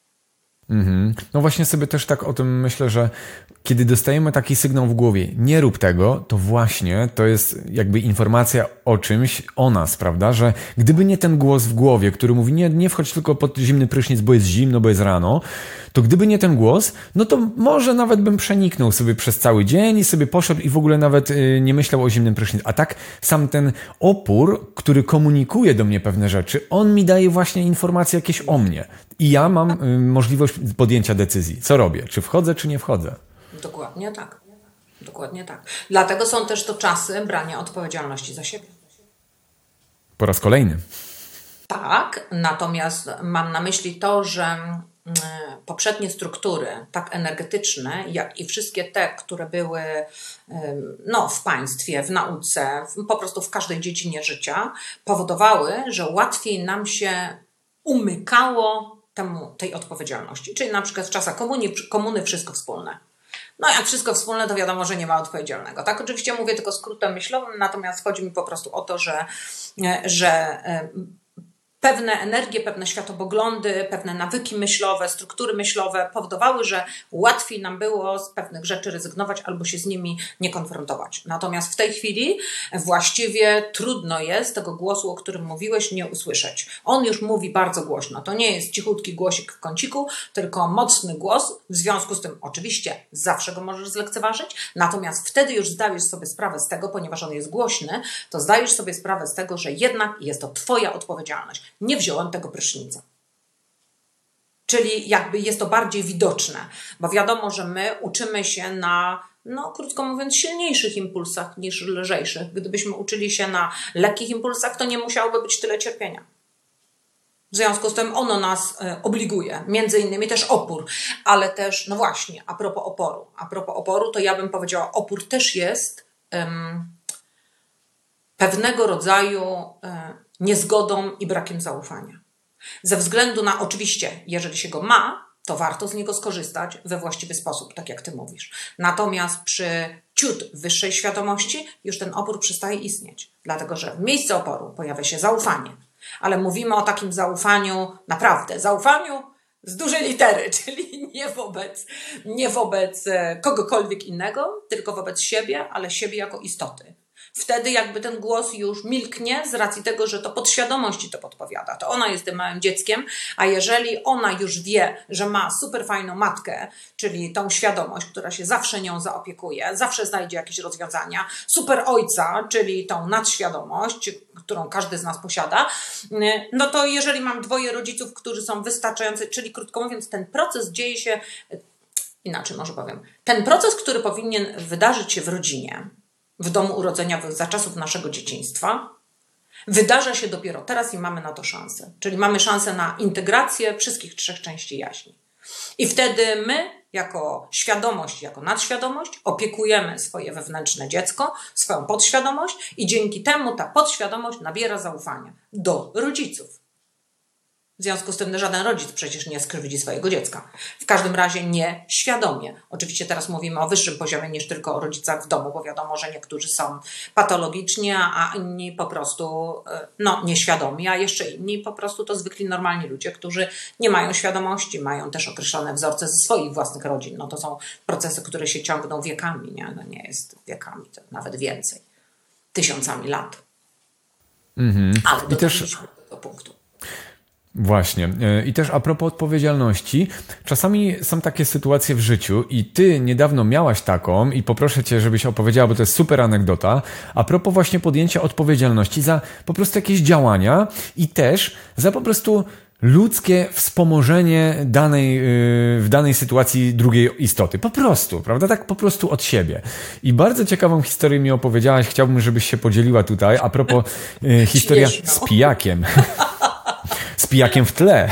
Mhm. No właśnie sobie też tak o tym myślę, że kiedy dostajemy taki sygnał w głowie, nie rób tego, to właśnie to jest jakby informacja o czymś, o nas, prawda? Że gdyby nie ten głos w głowie, który mówi, nie, nie wchodź tylko pod zimny prysznic, bo jest zimno, bo jest rano, to gdyby nie ten głos, no to może nawet bym przeniknął sobie przez cały dzień i sobie poszedł i w ogóle nawet nie myślał o zimnym prysznicu. A tak sam ten opór, który komunikuje do mnie pewne rzeczy, on mi daje właśnie informacje jakieś o mnie. I ja mam y, możliwość podjęcia decyzji. Co robię? Czy wchodzę, czy nie wchodzę? Dokładnie tak. Dokładnie tak. Dlatego są też to czasy brania odpowiedzialności za siebie. Po raz kolejny. Tak, natomiast mam na myśli to, że poprzednie struktury, tak energetyczne, jak i wszystkie te, które były no, w państwie, w nauce, po prostu w każdej dziedzinie życia, powodowały, że łatwiej nam się umykało temu, tej odpowiedzialności. Czyli na przykład w czasach komuny, komuny wszystko wspólne. No jak wszystko wspólne, to wiadomo, że nie ma odpowiedzialnego. Tak, oczywiście mówię tylko skrótem myślowym, natomiast chodzi mi po prostu o to, że, że pewne energie, pewne światopoglądy, pewne nawyki myślowe, struktury myślowe powodowały, że łatwiej nam było z pewnych rzeczy rezygnować albo się z nimi nie konfrontować. Natomiast w tej chwili właściwie trudno jest tego głosu, o którym mówiłeś, nie usłyszeć. On już mówi bardzo głośno. To nie jest cichutki głosik w kąciku, tylko mocny głos. W związku z tym oczywiście zawsze go możesz zlekceważyć, natomiast wtedy już zdajesz sobie sprawę z tego, ponieważ on jest głośny, to zdajesz sobie sprawę z tego, że jednak jest to twoja odpowiedzialność. Nie wziąłem tego prysznica. Czyli jakby jest to bardziej widoczne, bo wiadomo, że my uczymy się na, no krótko mówiąc, silniejszych impulsach niż lżejszych. Gdybyśmy uczyli się na lekkich impulsach, to nie musiałoby być tyle cierpienia. W związku z tym ono nas obliguje, między innymi też opór, ale też, no właśnie, a propos oporu. A propos oporu, to ja bym powiedziała, opór też jest um, pewnego rodzaju um, niezgodą i brakiem zaufania. Ze względu na, oczywiście, jeżeli się go ma, to warto z niego skorzystać we właściwy sposób, tak jak ty mówisz. Natomiast przy ciut wyższej świadomości już ten opór przestaje istnieć, dlatego że w miejsce oporu pojawia się zaufanie. Ale mówimy o takim zaufaniu, naprawdę, zaufaniu z dużej litery, czyli nie wobec, nie wobec kogokolwiek innego, tylko wobec siebie, ale siebie jako istoty. Wtedy jakby ten głos już milknie z racji tego, że to podświadomości to podpowiada. To ona jest tym małym dzieckiem, a jeżeli ona już wie, że ma super fajną matkę, czyli tą świadomość, która się zawsze nią zaopiekuje, zawsze znajdzie jakieś rozwiązania, super ojca, czyli tą nadświadomość, którą każdy z nas posiada, no to jeżeli mam dwoje rodziców, którzy są wystarczający, czyli krótko mówiąc, ten proces dzieje się inaczej może powiem, ten proces, który powinien wydarzyć się w rodzinie, w domu urodzeniowym za czasów naszego dzieciństwa, wydarza się dopiero teraz i mamy na to szansę. Czyli mamy szansę na integrację wszystkich trzech części jaźni. I wtedy my, jako świadomość, jako nadświadomość, opiekujemy swoje wewnętrzne dziecko, swoją podświadomość i dzięki temu ta podświadomość nabiera zaufania do rodziców. W związku z tym żaden rodzic przecież nie skrzywdzi swojego dziecka. W każdym razie nie świadomie. Oczywiście teraz mówimy o wyższym poziomie niż tylko o rodzicach w domu, bo wiadomo, że niektórzy są patologiczni, a inni po prostu no, nieświadomi, a jeszcze inni po prostu to zwykli normalni ludzie, którzy nie mają świadomości, mają też określone wzorce ze swoich własnych rodzin. No to są procesy, które się ciągną wiekami, nie? No nie jest wiekami, to nawet więcej. Tysiącami lat. Mhm. Ale dotarliśmy do tego punktu. Właśnie. I też a propos odpowiedzialności, czasami są takie sytuacje w życiu i ty niedawno miałaś taką i poproszę cię, żebyś opowiedziała, bo to jest super anegdota, a propos właśnie podjęcia odpowiedzialności za po prostu jakieś działania i też za po prostu ludzkie wspomożenie danej, w danej sytuacji drugiej istoty. Po prostu, prawda? Tak po prostu od siebie. I bardzo ciekawą historię mi opowiedziałaś. Chciałbym, żebyś się podzieliła tutaj. A propos historia z pijakiem. Z pijakiem w tle.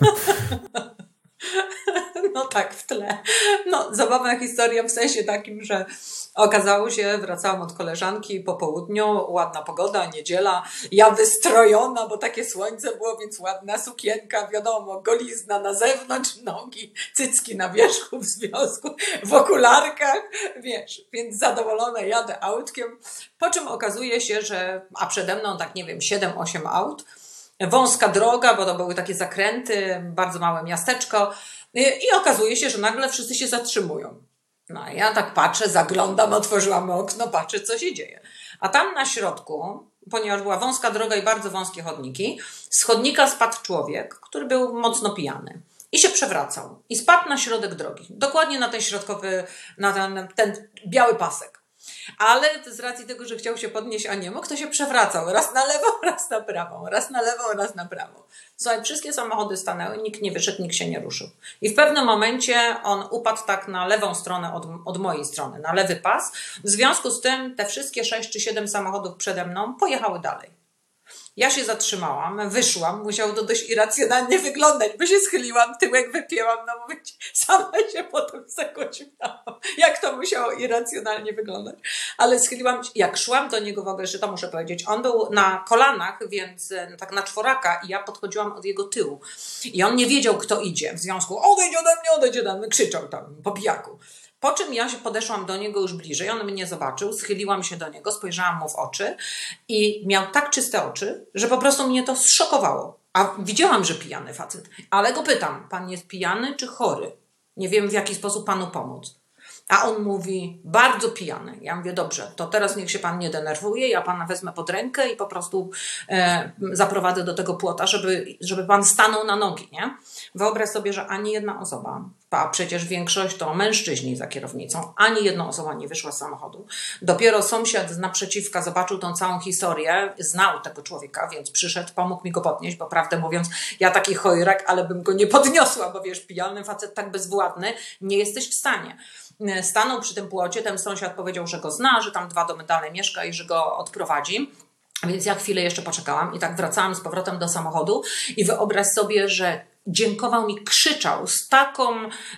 No tak, w tle. No, zabawna historia w sensie takim, że okazało się, wracałam od koleżanki po południu, ładna pogoda, niedziela, ja wystrojona, bo takie słońce było, więc ładna sukienka, wiadomo, golizna na zewnątrz, nogi, cycki na wierzchu w związku, w okularkach, wiesz, więc zadowolona jadę autkiem, po czym okazuje się, że, a przede mną tak nie wiem, siedem osiem aut, wąska droga, bo to były takie zakręty, bardzo małe miasteczko i okazuje się, że nagle wszyscy się zatrzymują. No ja tak patrzę, zaglądam, otworzyłam okno, patrzę, co się dzieje. A tam na środku, ponieważ była wąska droga i bardzo wąskie chodniki, z chodnika spadł człowiek, który był mocno pijany. I się przewracał. I spadł na środek drogi. Dokładnie na ten środkowy, na ten, ten biały pasek. Ale z racji tego, że chciał się podnieść, a nie mógł, to się przewracał. Raz na lewą, raz na prawą. Raz na lewą, raz na prawą. Słuchaj, wszystkie samochody stanęły, nikt nie wyszedł, nikt się nie ruszył. I w pewnym momencie on upadł tak na lewą stronę od, od mojej strony, na lewy pas. W związku z tym te wszystkie sześć czy siedem samochodów przede mną pojechały dalej. Ja się zatrzymałam, wyszłam, musiało to dość irracjonalnie wyglądać, bo się schyliłam, tyłek wypięłam, no mówię, sama się potem zakośmiałam, jak to musiało irracjonalnie wyglądać. Ale schyliłam się, jak szłam do niego w ogóle, że to muszę powiedzieć, on był na kolanach, więc tak na czworaka i ja podchodziłam od jego tyłu. I on nie wiedział, kto idzie, w związku, odejdź ode mnie, odejdź ode mnie, krzyczał tam po pijaku. Po czym ja się podeszłam do niego już bliżej, on mnie zobaczył, schyliłam się do niego, spojrzałam mu w oczy i miał tak czyste oczy, że po prostu mnie to zszokowało. A widziałam, że pijany facet, ale go pytam, pan jest pijany czy chory? Nie wiem, w jaki sposób panu pomóc. A on mówi, bardzo pijany. Ja mówię, dobrze, to teraz niech się pan nie denerwuje, ja pana wezmę pod rękę i po prostu e, zaprowadzę do tego płota, żeby, żeby pan stanął na nogi, nie? Wyobraź sobie, że ani jedna osoba, a przecież większość to mężczyźni za kierownicą, ani jedna osoba nie wyszła z samochodu. Dopiero sąsiad z naprzeciwka zobaczył tą całą historię, znał tego człowieka, więc przyszedł, pomógł mi go podnieść, bo prawdę mówiąc, ja taki chojrak, ale bym go nie podniosła, bo wiesz, pijany facet tak bezwładny, nie jesteś w stanie. Stanął przy tym płocie, ten sąsiad powiedział, że go zna, że tam dwa domy dalej mieszka i że go odprowadzi. Więc ja chwilę jeszcze poczekałam i tak wracałam z powrotem do samochodu i wyobraź sobie, że dziękował mi, krzyczał z taką,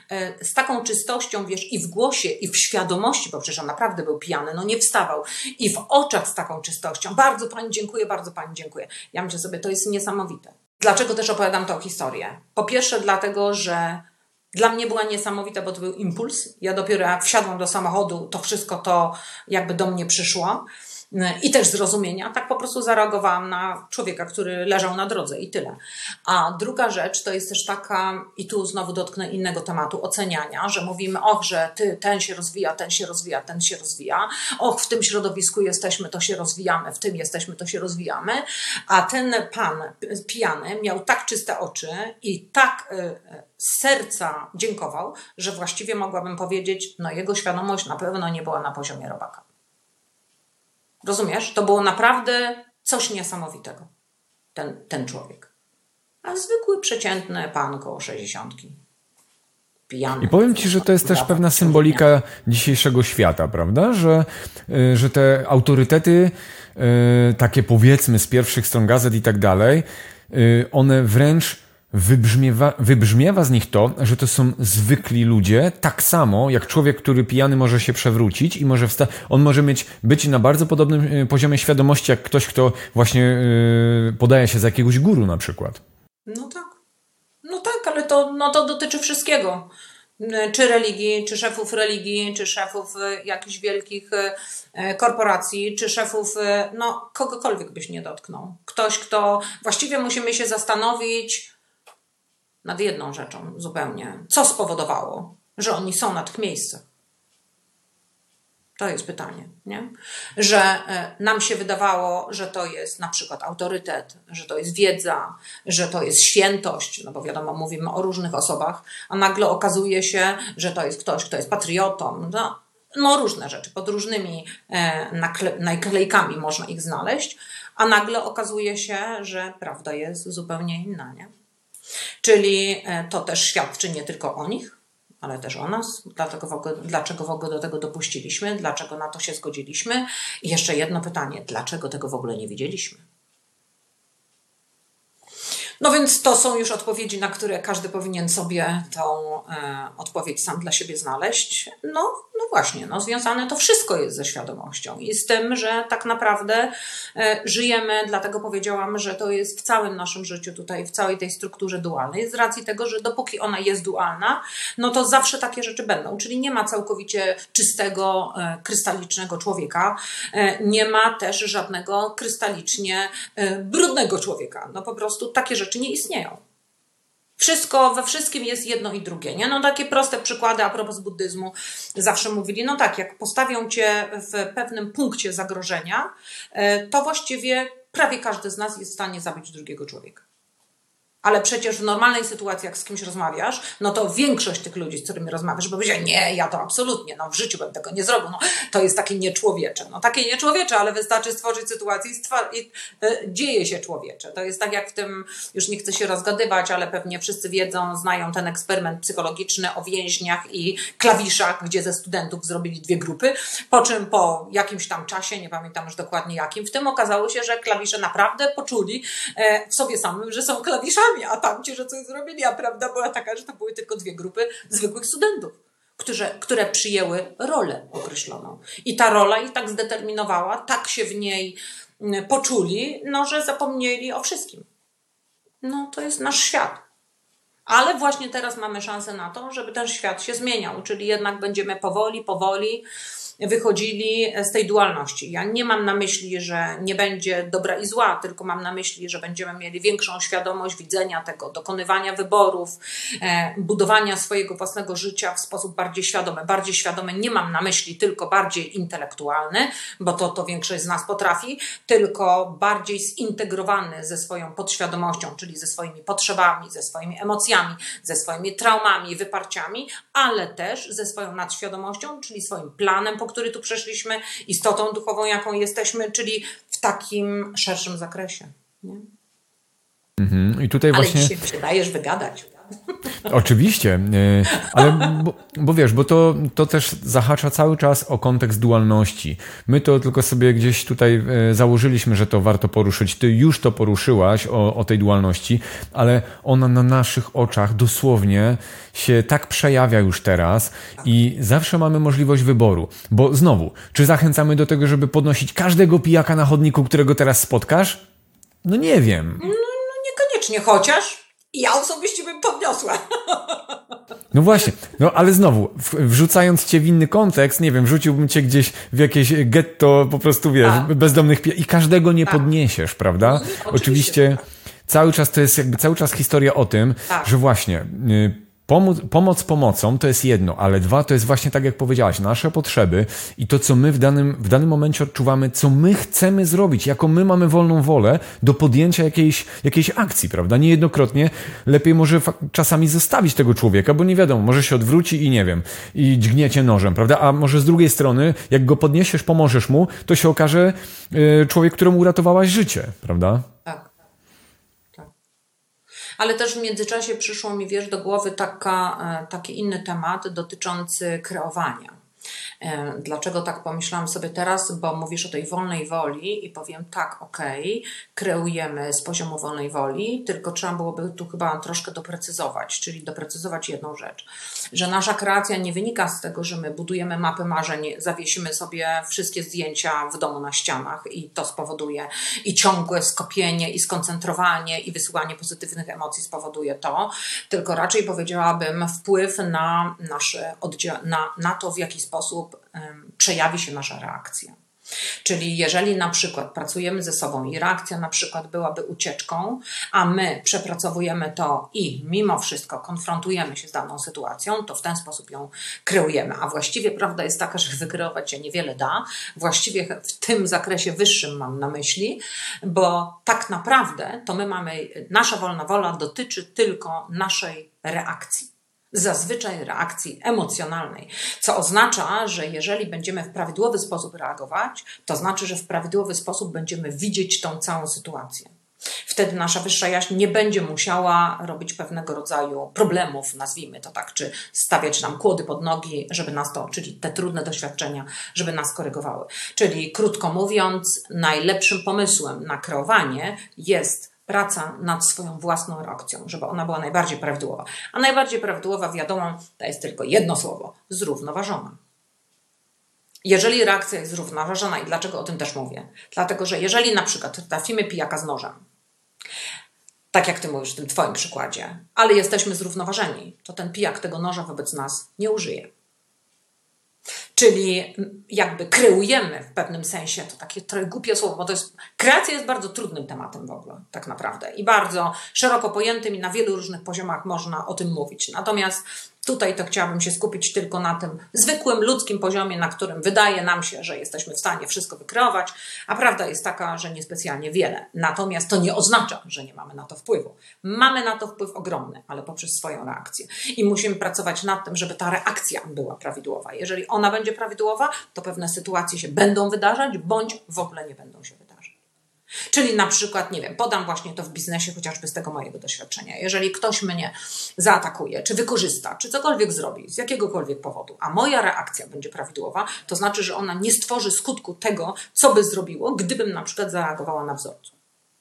z taką czystością, wiesz, i w głosie, i w świadomości, bo przecież on naprawdę był pijany, no nie wstawał, i w oczach z taką czystością. Bardzo pani dziękuję, bardzo pani dziękuję. Ja myślę sobie, to jest niesamowite. Dlaczego też opowiadam tę historię? Po pierwsze dlatego, że dla mnie była niesamowita, bo to był impuls. Ja dopiero jak wsiadłam do samochodu, to wszystko to jakby do mnie przyszło. I też zrozumienia. Tak po prostu zareagowałam na człowieka, który leżał na drodze i tyle. A druga rzecz to jest też taka, i tu znowu dotknę innego tematu, oceniania, że mówimy, och, że ty, ten się rozwija, ten się rozwija, ten się rozwija. Och, w tym środowisku jesteśmy, to się rozwijamy, w tym jesteśmy, to się rozwijamy. A ten pan pijany miał tak czyste oczy i tak y, z serca dziękował, że właściwie mogłabym powiedzieć, no jego świadomość na pewno nie była na poziomie robaka. Rozumiesz? To było naprawdę coś niesamowitego, ten, ten człowiek. A zwykły, przeciętny pan koło sześćdziesiątki. pijany. I powiem ci, że to jest też pewna symbolika dzisiejszego świata, prawda? Że, że te autorytety, takie powiedzmy z pierwszych stron gazet i tak dalej, one wręcz Wybrzmiewa, wybrzmiewa z nich to, że to są zwykli ludzie, tak samo jak człowiek, który pijany może się przewrócić i może wsta- on może mieć, być na bardzo podobnym poziomie świadomości jak ktoś, kto właśnie yy, podaje się za jakiegoś guru na przykład. No tak. No tak, ale to, no to dotyczy wszystkiego. Czy religii, czy szefów religii, czy szefów jakichś wielkich korporacji, czy szefów, no kogokolwiek byś nie dotknął. Ktoś, kto, właściwie musimy się zastanowić nad jedną rzeczą zupełnie. Co spowodowało, że oni są na tych miejscach? To jest pytanie, nie? Że nam się wydawało, że to jest na przykład autorytet, że to jest wiedza, że to jest świętość, no bo wiadomo, mówimy o różnych osobach, a nagle okazuje się, że to jest ktoś, kto jest patriotą. No, no różne rzeczy, pod różnymi nakle- naklejkami można ich znaleźć, a nagle okazuje się, że prawda jest zupełnie inna, nie? Czyli to też świadczy nie tylko o nich, ale też o nas, dlatego w ogóle, dlaczego w ogóle do tego dopuściliśmy, dlaczego na to się zgodziliśmy. I jeszcze jedno pytanie, dlaczego tego w ogóle nie wiedzieliśmy? No więc to są już odpowiedzi, na które każdy powinien sobie tą e, odpowiedź sam dla siebie znaleźć. No, no właśnie, no związane to wszystko jest ze świadomością i z tym, że tak naprawdę e, żyjemy, dlatego powiedziałam, że to jest w całym naszym życiu tutaj, w całej tej strukturze dualnej, z racji tego, że dopóki ona jest dualna, no to zawsze takie rzeczy będą, czyli nie ma całkowicie czystego, e, krystalicznego człowieka, e, nie ma też żadnego krystalicznie e, brudnego człowieka. No po prostu takie rzeczy nie istnieją. Wszystko, we wszystkim jest jedno i drugie. Nie? No takie proste przykłady a propos buddyzmu zawsze mówili, no tak, jak postawią cię w pewnym punkcie zagrożenia, to właściwie prawie każdy z nas jest w stanie zabić drugiego człowieka. Ale przecież w normalnej sytuacji, jak z kimś rozmawiasz, no to większość tych ludzi, z którymi rozmawiasz, by powiedziała, nie, ja to absolutnie, no w życiu bym tego nie zrobił, no to jest takie nieczłowiecze. No takie nieczłowiecze, ale wystarczy stworzyć sytuację i, stwar- i y, dzieje się człowiecze. To jest tak jak w tym, już nie chcę się rozgadywać, ale pewnie wszyscy wiedzą, znają ten eksperyment psychologiczny o więźniach i klawiszach, gdzie ze studentów zrobili dwie grupy, po czym po jakimś tam czasie, nie pamiętam już dokładnie jakim, w tym okazało się, że klawisze naprawdę poczuli e, w sobie samym, że są klawiszami, a tamci, że coś zrobili, a prawda była taka, że to były tylko dwie grupy zwykłych studentów, które, które przyjęły rolę określoną. I ta rola ich tak zdeterminowała, tak się w niej poczuli, no, że zapomnieli o wszystkim. No, to jest nasz świat. Ale właśnie teraz mamy szansę na to, żeby ten świat się zmieniał, czyli jednak będziemy powoli, powoli wychodzili z tej dualności. Ja nie mam na myśli, że nie będzie dobra i zła, tylko mam na myśli, że będziemy mieli większą świadomość widzenia tego, dokonywania wyborów, budowania swojego własnego życia w sposób bardziej świadomy. Bardziej świadomy nie mam na myśli tylko bardziej intelektualny, bo to, to większość z nas potrafi, tylko bardziej zintegrowany ze swoją podświadomością, czyli ze swoimi potrzebami, ze swoimi emocjami, ze swoimi traumami, wyparciami, ale też ze swoją nadświadomością, czyli swoim planem, po który tu przeszliśmy, istotą duchową, jaką jesteśmy, czyli w takim szerszym zakresie. Nie? Mhm. I tutaj ale właśnie... dzisiaj się dajesz wygadać. Oczywiście, ale bo, bo wiesz, bo to, to też zahacza cały czas o kontekst dualności. My to tylko sobie gdzieś tutaj założyliśmy, że to warto poruszyć. Ty już to poruszyłaś o, o tej dualności, ale ona na naszych oczach dosłownie się tak przejawia już teraz i zawsze mamy możliwość wyboru. Bo znowu, czy zachęcamy do tego, żeby podnosić każdego pijaka na chodniku, którego teraz spotkasz? No nie wiem. No, no niekoniecznie, chociaż ja osobiście bym podniosła. No właśnie, no ale znowu, wrzucając cię w inny kontekst, nie wiem, wrzuciłbym cię gdzieś w jakieś getto, po prostu wiesz, tak. bezdomnych pie... i każdego nie tak. podniesiesz, prawda? No, oczywiście. oczywiście cały czas to jest jakby cały czas historia o tym, tak. że właśnie... Y Pomoc, pomoc pomocą to jest jedno, ale dwa to jest właśnie tak jak powiedziałaś, nasze potrzeby i to, co my w danym, w danym momencie odczuwamy, co my chcemy zrobić, jaką my mamy wolną wolę do podjęcia jakiejś, jakiejś akcji, prawda? Niejednokrotnie lepiej może czasami zostawić tego człowieka, bo nie wiadomo, może się odwróci i nie wiem, i dźgniecie nożem, prawda? A może z drugiej strony, jak go podniesiesz, pomożesz mu, to się okaże yy, człowiek, któremu uratowałaś życie, prawda? Tak. Ale też w międzyczasie przyszło mi, wiesz, do głowy taka, taki inny temat dotyczący kreowania. Dlaczego tak pomyślałam sobie teraz? Bo mówisz o tej wolnej woli i powiem tak, okej, okay, kreujemy z poziomu wolnej woli, tylko trzeba byłoby tu chyba troszkę doprecyzować, czyli doprecyzować jedną rzecz, że nasza kreacja nie wynika z tego, że my budujemy mapy marzeń, zawiesimy sobie wszystkie zdjęcia w domu na ścianach i to spowoduje i ciągłe skopienie i skoncentrowanie i wysyłanie pozytywnych emocji spowoduje to, tylko raczej powiedziałabym wpływ na nasze oddzia- na, na to, w jaki sposób um, przejawi się nasza reakcja. Czyli jeżeli na przykład pracujemy ze sobą i reakcja na przykład byłaby ucieczką, a my przepracowujemy to i mimo wszystko konfrontujemy się z daną sytuacją, to w ten sposób ją kreujemy. A właściwie prawda jest taka, że wykreować się niewiele da. Właściwie w tym zakresie wyższym mam na myśli, bo tak naprawdę to my mamy, nasza wolna wola dotyczy tylko naszej reakcji. Zazwyczaj reakcji emocjonalnej, co oznacza, że jeżeli będziemy w prawidłowy sposób reagować, to znaczy, że w prawidłowy sposób będziemy widzieć tą całą sytuację. Wtedy nasza wyższa jaźń nie będzie musiała robić pewnego rodzaju problemów, nazwijmy to tak, czy stawiać nam kłody pod nogi, żeby nas to, czyli te trudne doświadczenia, żeby nas korygowały. Czyli krótko mówiąc, najlepszym pomysłem na kreowanie jest praca nad swoją własną reakcją, żeby ona była najbardziej prawidłowa. A najbardziej prawidłowa, wiadomo, to jest tylko jedno słowo, zrównoważona. Jeżeli reakcja jest zrównoważona, i dlaczego o tym też mówię? Dlatego, że jeżeli na przykład trafimy pijaka z nożem, tak jak ty mówisz w tym twoim przykładzie, ale jesteśmy zrównoważeni, to ten pijak tego noża wobec nas nie użyje. Czyli jakby kreujemy w pewnym sensie, to takie trochę głupie słowo, bo to jest, kreacja jest bardzo trudnym tematem w ogóle, tak naprawdę. I bardzo szeroko pojętym i na wielu różnych poziomach można o tym mówić. Natomiast tutaj to chciałabym się skupić tylko na tym zwykłym ludzkim poziomie, na którym wydaje nam się, że jesteśmy w stanie wszystko wykreować, a prawda jest taka, że niespecjalnie wiele. Natomiast to nie oznacza, że nie mamy na to wpływu. Mamy na to wpływ ogromny, ale poprzez swoją reakcję. I musimy pracować nad tym, żeby ta reakcja była prawidłowa. Jeżeli ona będzie prawidłowa, to pewne sytuacje się będą wydarzać, bądź w ogóle nie będą się wydarzać. Czyli na przykład, nie wiem, podam właśnie to w biznesie chociażby z tego mojego doświadczenia. Jeżeli ktoś mnie zaatakuje, czy wykorzysta, czy cokolwiek zrobi, z jakiegokolwiek powodu, a moja reakcja będzie prawidłowa, to znaczy, że ona nie stworzy skutku tego, co by zrobiło, gdybym na przykład zareagowała na wzorcu.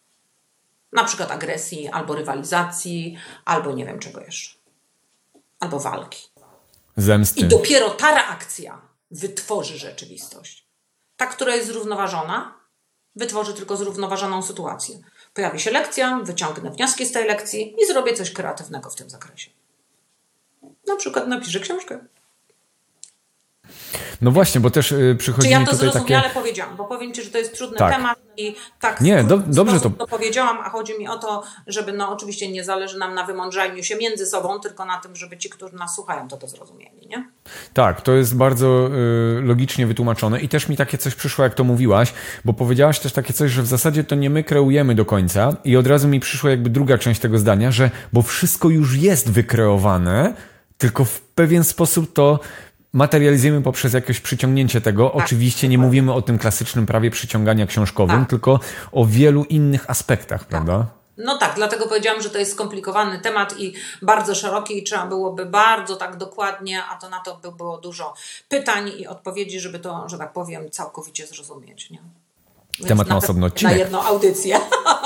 Na przykład agresji, albo rywalizacji, albo nie wiem czego jeszcze. Albo walki. Zemsty. I dopiero ta reakcja wytworzy rzeczywistość. Ta, która jest zrównoważona, wytworzy tylko zrównoważoną sytuację. Pojawi się lekcja, wyciągnę wnioski z tej lekcji i zrobię coś kreatywnego w tym zakresie. Na przykład napiszę książkę. No właśnie, bo też yy, przychodzi mi tutaj takie... Czy ja to zrozumiale takie... powiedziałam, bo powiem Ci, że to jest trudny tak. temat i tak nie, do, dobrze to... to powiedziałam, a chodzi mi o to, żeby no oczywiście nie zależy nam na wymądrzaniu się między sobą, tylko na tym, żeby ci, którzy nas słuchają, to to zrozumieli, nie? Tak, to jest bardzo y, logicznie wytłumaczone i też mi takie coś przyszło, jak to mówiłaś, bo powiedziałaś też takie coś, że w zasadzie to nie my kreujemy do końca i od razu mi przyszła jakby druga część tego zdania, że bo wszystko już jest wykreowane, tylko w pewien sposób to materializujemy poprzez jakieś przyciągnięcie tego. Tak, Oczywiście nie mówimy o tym klasycznym prawie przyciągania książkowym, tak. tylko o wielu innych aspektach, tak. prawda? No tak, dlatego powiedziałam, że to jest skomplikowany temat i bardzo szeroki i trzeba byłoby bardzo tak dokładnie, a to na to by było dużo pytań i odpowiedzi, żeby to, że tak powiem, całkowicie zrozumieć. Nie? Temat na, na osobny odcinek. Na jedną audycję.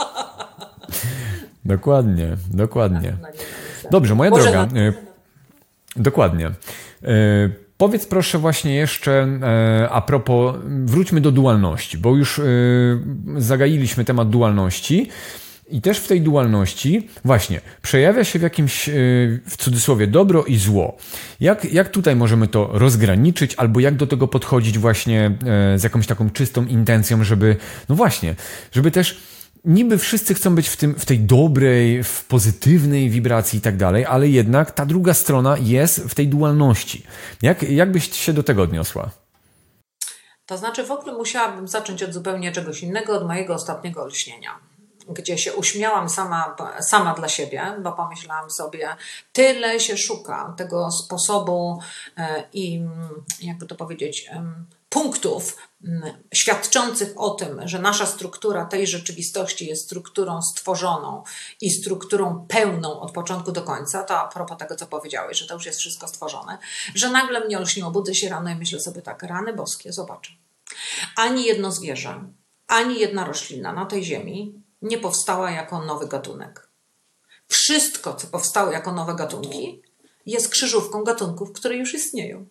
Dokładnie, dokładnie. Dobrze, moja Może droga. Na... Dokładnie. Powiedz proszę właśnie jeszcze e, a propos, wróćmy do dualności, bo już e, zagailiśmy temat dualności i też w tej dualności właśnie przejawia się w jakimś, e, w cudzysłowie, dobro i zło. Jak, jak tutaj możemy to rozgraniczyć albo jak do tego podchodzić właśnie e, z jakąś taką czystą intencją, żeby, no właśnie, żeby też niby wszyscy chcą być w, tym, w tej dobrej, w pozytywnej wibracji i tak dalej, ale jednak ta druga strona jest w tej dualności. Jak, jak byś się do tego odniosła? To znaczy w ogóle musiałabym zacząć od zupełnie czegoś innego, od mojego ostatniego olśnienia, gdzie się uśmiałam sama, sama dla siebie, bo pomyślałam sobie, tyle się szuka tego sposobu i jakby to powiedzieć, punktów świadczących o tym, że nasza struktura tej rzeczywistości jest strukturą stworzoną i strukturą pełną od początku do końca, to a propos tego, co powiedziałeś, że to już jest wszystko stworzone, że nagle mnie olśniło, budzę się rano i myślę sobie tak, rany boskie, zobaczę. Ani jedno zwierzę, ani jedna roślina na tej ziemi nie powstała jako nowy gatunek. Wszystko, co powstało jako nowe gatunki, jest krzyżówką gatunków, które już istnieją.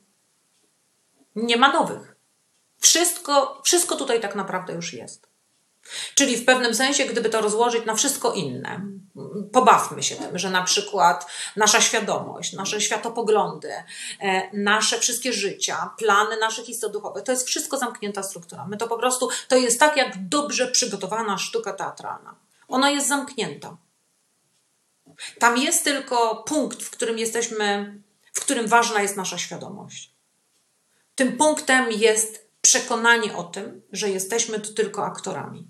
Nie ma nowych. Wszystko, wszystko tutaj tak naprawdę już jest. Czyli w pewnym sensie, gdyby to rozłożyć na wszystko inne, pobawmy się tym, że na przykład nasza świadomość, nasze światopoglądy, nasze wszystkie życia, plany naszych istot duchowych, to jest wszystko zamknięta struktura. My to po prostu, to jest tak jak dobrze przygotowana sztuka teatralna. Ona jest zamknięta. Tam jest tylko punkt, w którym jesteśmy, w którym ważna jest nasza świadomość. Tym punktem jest przekonanie o tym, że jesteśmy tu tylko aktorami.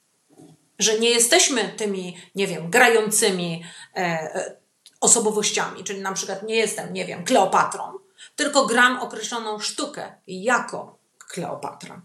Że nie jesteśmy tymi, nie wiem, grającymi e, osobowościami, czyli na przykład nie jestem, nie wiem, Kleopatrą, tylko gram określoną sztukę jako Kleopatra.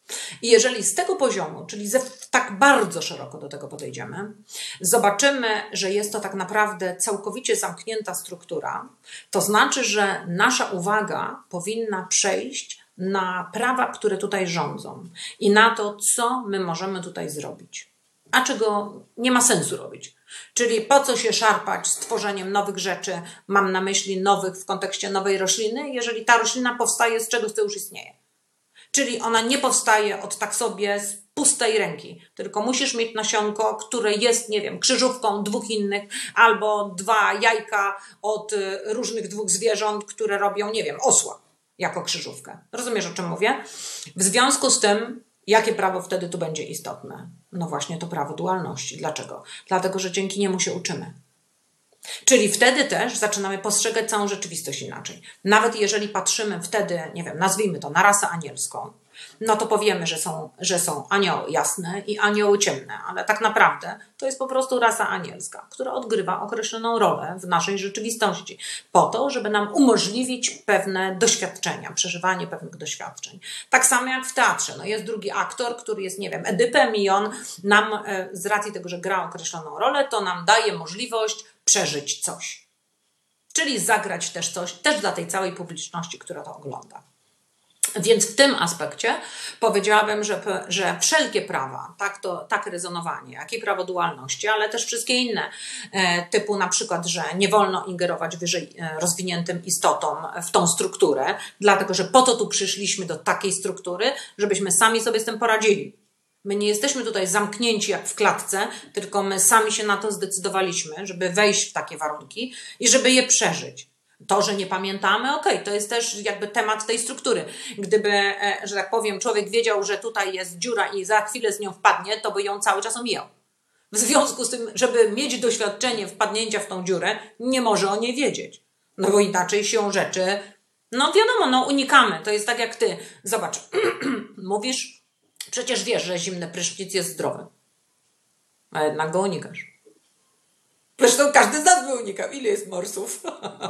I jeżeli z tego poziomu, czyli ze, tak bardzo szeroko do tego podejdziemy, zobaczymy, że jest to tak naprawdę całkowicie zamknięta struktura, to znaczy, że nasza uwaga powinna przejść na prawa, które tutaj rządzą i na to, co my możemy tutaj zrobić, a czego nie ma sensu robić. Czyli po co się szarpać z tworzeniem nowych rzeczy, mam na myśli nowych w kontekście nowej rośliny, jeżeli ta roślina powstaje z czegoś, co już istnieje. Czyli ona nie powstaje od tak sobie z pustej ręki, tylko musisz mieć nasionko, które jest, nie wiem, krzyżówką dwóch innych, albo dwa jajka od różnych dwóch zwierząt, które robią, nie wiem, osła jako krzyżówkę. Rozumiesz, o czym mówię? W związku z tym, jakie prawo wtedy tu będzie istotne? No właśnie to prawo dualności. Dlaczego? Dlatego, że dzięki niemu się uczymy. Czyli wtedy też zaczynamy postrzegać całą rzeczywistość inaczej. Nawet jeżeli patrzymy wtedy, nie wiem, nazwijmy to na rasę anielską, no to powiemy, że są, że są anioły jasne i anioły ciemne, ale tak naprawdę to jest po prostu rasa anielska, która odgrywa określoną rolę w naszej rzeczywistości po to, żeby nam umożliwić pewne doświadczenia, przeżywanie pewnych doświadczeń. Tak samo jak w teatrze. No jest drugi aktor, który jest, nie wiem, Edypem i on nam z racji tego, że gra określoną rolę, to nam daje możliwość przeżyć coś. Czyli zagrać też coś, też dla tej całej publiczności, która to ogląda. Więc w tym aspekcie powiedziałabym, że, że wszelkie prawa, tak, to, tak rezonowanie, jak i prawo dualności, ale też wszystkie inne, e, typu na przykład, że nie wolno ingerować wyżej rozwiniętym istotom w tą strukturę, dlatego że po to tu przyszliśmy do takiej struktury, żebyśmy sami sobie z tym poradzili. My nie jesteśmy tutaj zamknięci jak w klatce, tylko my sami się na to zdecydowaliśmy, żeby wejść w takie warunki i żeby je przeżyć. To, że nie pamiętamy, okej, okay, to jest też jakby temat tej struktury. Gdyby, że tak powiem, człowiek wiedział, że tutaj jest dziura i za chwilę z nią wpadnie, to by ją cały czas omijał. W związku z tym, żeby mieć doświadczenie wpadnięcia w tą dziurę, nie może o niej wiedzieć. No bo inaczej się rzeczy, no wiadomo, no unikamy. To jest tak jak ty. Zobacz, mówisz, przecież wiesz, że zimny prysznic jest zdrowy. A jednak go unikasz. Zresztą każdy z nas by unikał. Ile jest morsów?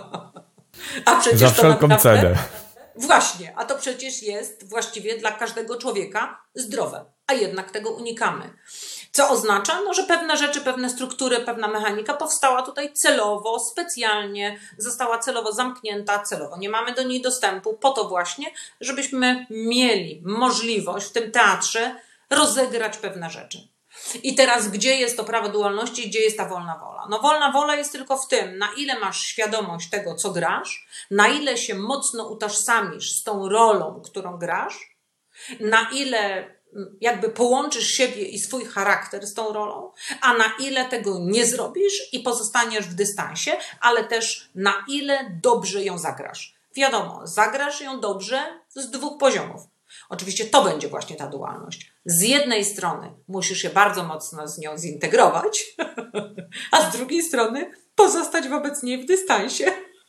A przecież za to wszelką naprawdę... cenę. Właśnie, a to przecież jest właściwie dla każdego człowieka zdrowe, a jednak tego unikamy. Co oznacza, no, że pewne rzeczy, pewne struktury, pewna mechanika powstała tutaj celowo, specjalnie, została celowo zamknięta, celowo nie mamy do niej dostępu, po to właśnie, żebyśmy mieli możliwość w tym teatrze rozegrać pewne rzeczy. I teraz gdzie jest to prawo dualności, gdzie jest ta wolna wola? No wolna wola jest tylko w tym, na ile masz świadomość tego, co grasz, na ile się mocno utożsamisz z tą rolą, którą grasz, na ile jakby połączysz siebie i swój charakter z tą rolą, a na ile tego nie zrobisz i pozostaniesz w dystansie, ale też na ile dobrze ją zagrasz. Wiadomo, zagrasz ją dobrze z dwóch poziomów. Oczywiście to będzie właśnie ta dualność. Z jednej strony musisz się bardzo mocno z nią zintegrować, a z drugiej strony pozostać wobec niej w dystansie.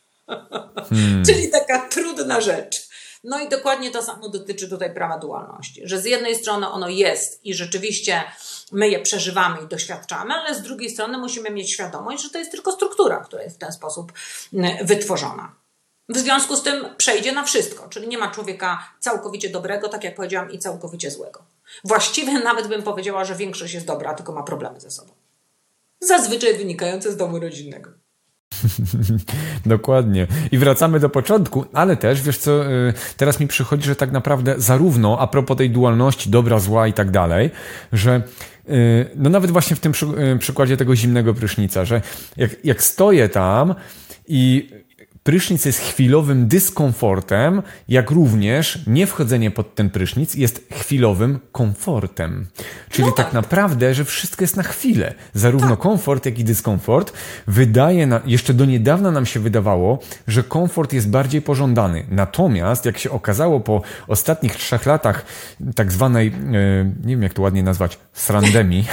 Hmm. Czyli taka trudna rzecz. No i dokładnie to samo dotyczy tutaj prawa dualności, że z jednej strony ono jest i rzeczywiście my je przeżywamy i doświadczamy, ale z drugiej strony musimy mieć świadomość, że to jest tylko struktura, która jest w ten sposób wytworzona. W związku z tym przejdzie na wszystko, czyli nie ma człowieka całkowicie dobrego, tak jak powiedziałam, i całkowicie złego. Właściwie nawet bym powiedziała, że większość jest dobra, tylko ma problemy ze sobą. Zazwyczaj wynikające z domu rodzinnego. Dokładnie. I wracamy do początku, ale też, wiesz co, teraz mi przychodzi, że tak naprawdę zarówno a propos tej dualności, dobra, zła i tak dalej, że no nawet właśnie w tym przy, przykładzie tego zimnego prysznica, że jak, jak stoję tam i prysznic jest chwilowym dyskomfortem, jak również nie wchodzenie pod ten prysznic jest chwilowym komfortem. Czyli no tak. tak naprawdę, że wszystko jest na chwilę. Zarówno tak. komfort, jak i dyskomfort. Wydaje na, jeszcze do niedawna nam się wydawało, że komfort jest bardziej pożądany. Natomiast, jak się okazało po ostatnich trzech latach tak zwanej, nie wiem jak to ładnie nazwać, srandemii,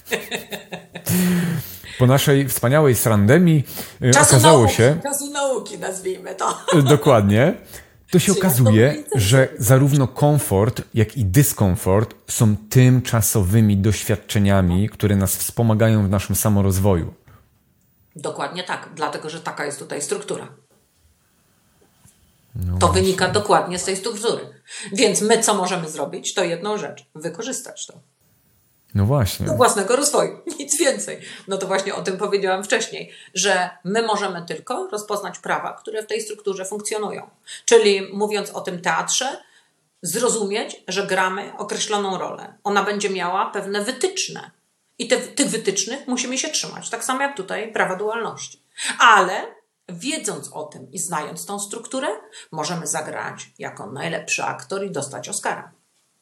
po naszej wspaniałej srandemii czasu okazało nauki, się... Czasu nauki, nazwijmy to. Dokładnie. To się okazuje, że zarówno komfort, jak i dyskomfort są tymczasowymi doświadczeniami, które nas wspomagają w naszym samorozwoju. Dokładnie tak, dlatego że taka jest tutaj struktura. No to właśnie. wynika dokładnie z tej struktury. Więc my co możemy zrobić? To jedną rzecz. Wykorzystać to. No właśnie. Do własnego rozwoju. Nic więcej. No to właśnie o tym powiedziałam wcześniej, że my możemy tylko rozpoznać prawa, które w tej strukturze funkcjonują. Czyli mówiąc o tym teatrze, zrozumieć, że gramy określoną rolę. Ona będzie miała pewne wytyczne. I te, tych wytycznych musimy się trzymać. Tak samo jak tutaj prawa dualności. Ale wiedząc o tym i znając tą strukturę, możemy zagrać jako najlepszy aktor i dostać Oscara.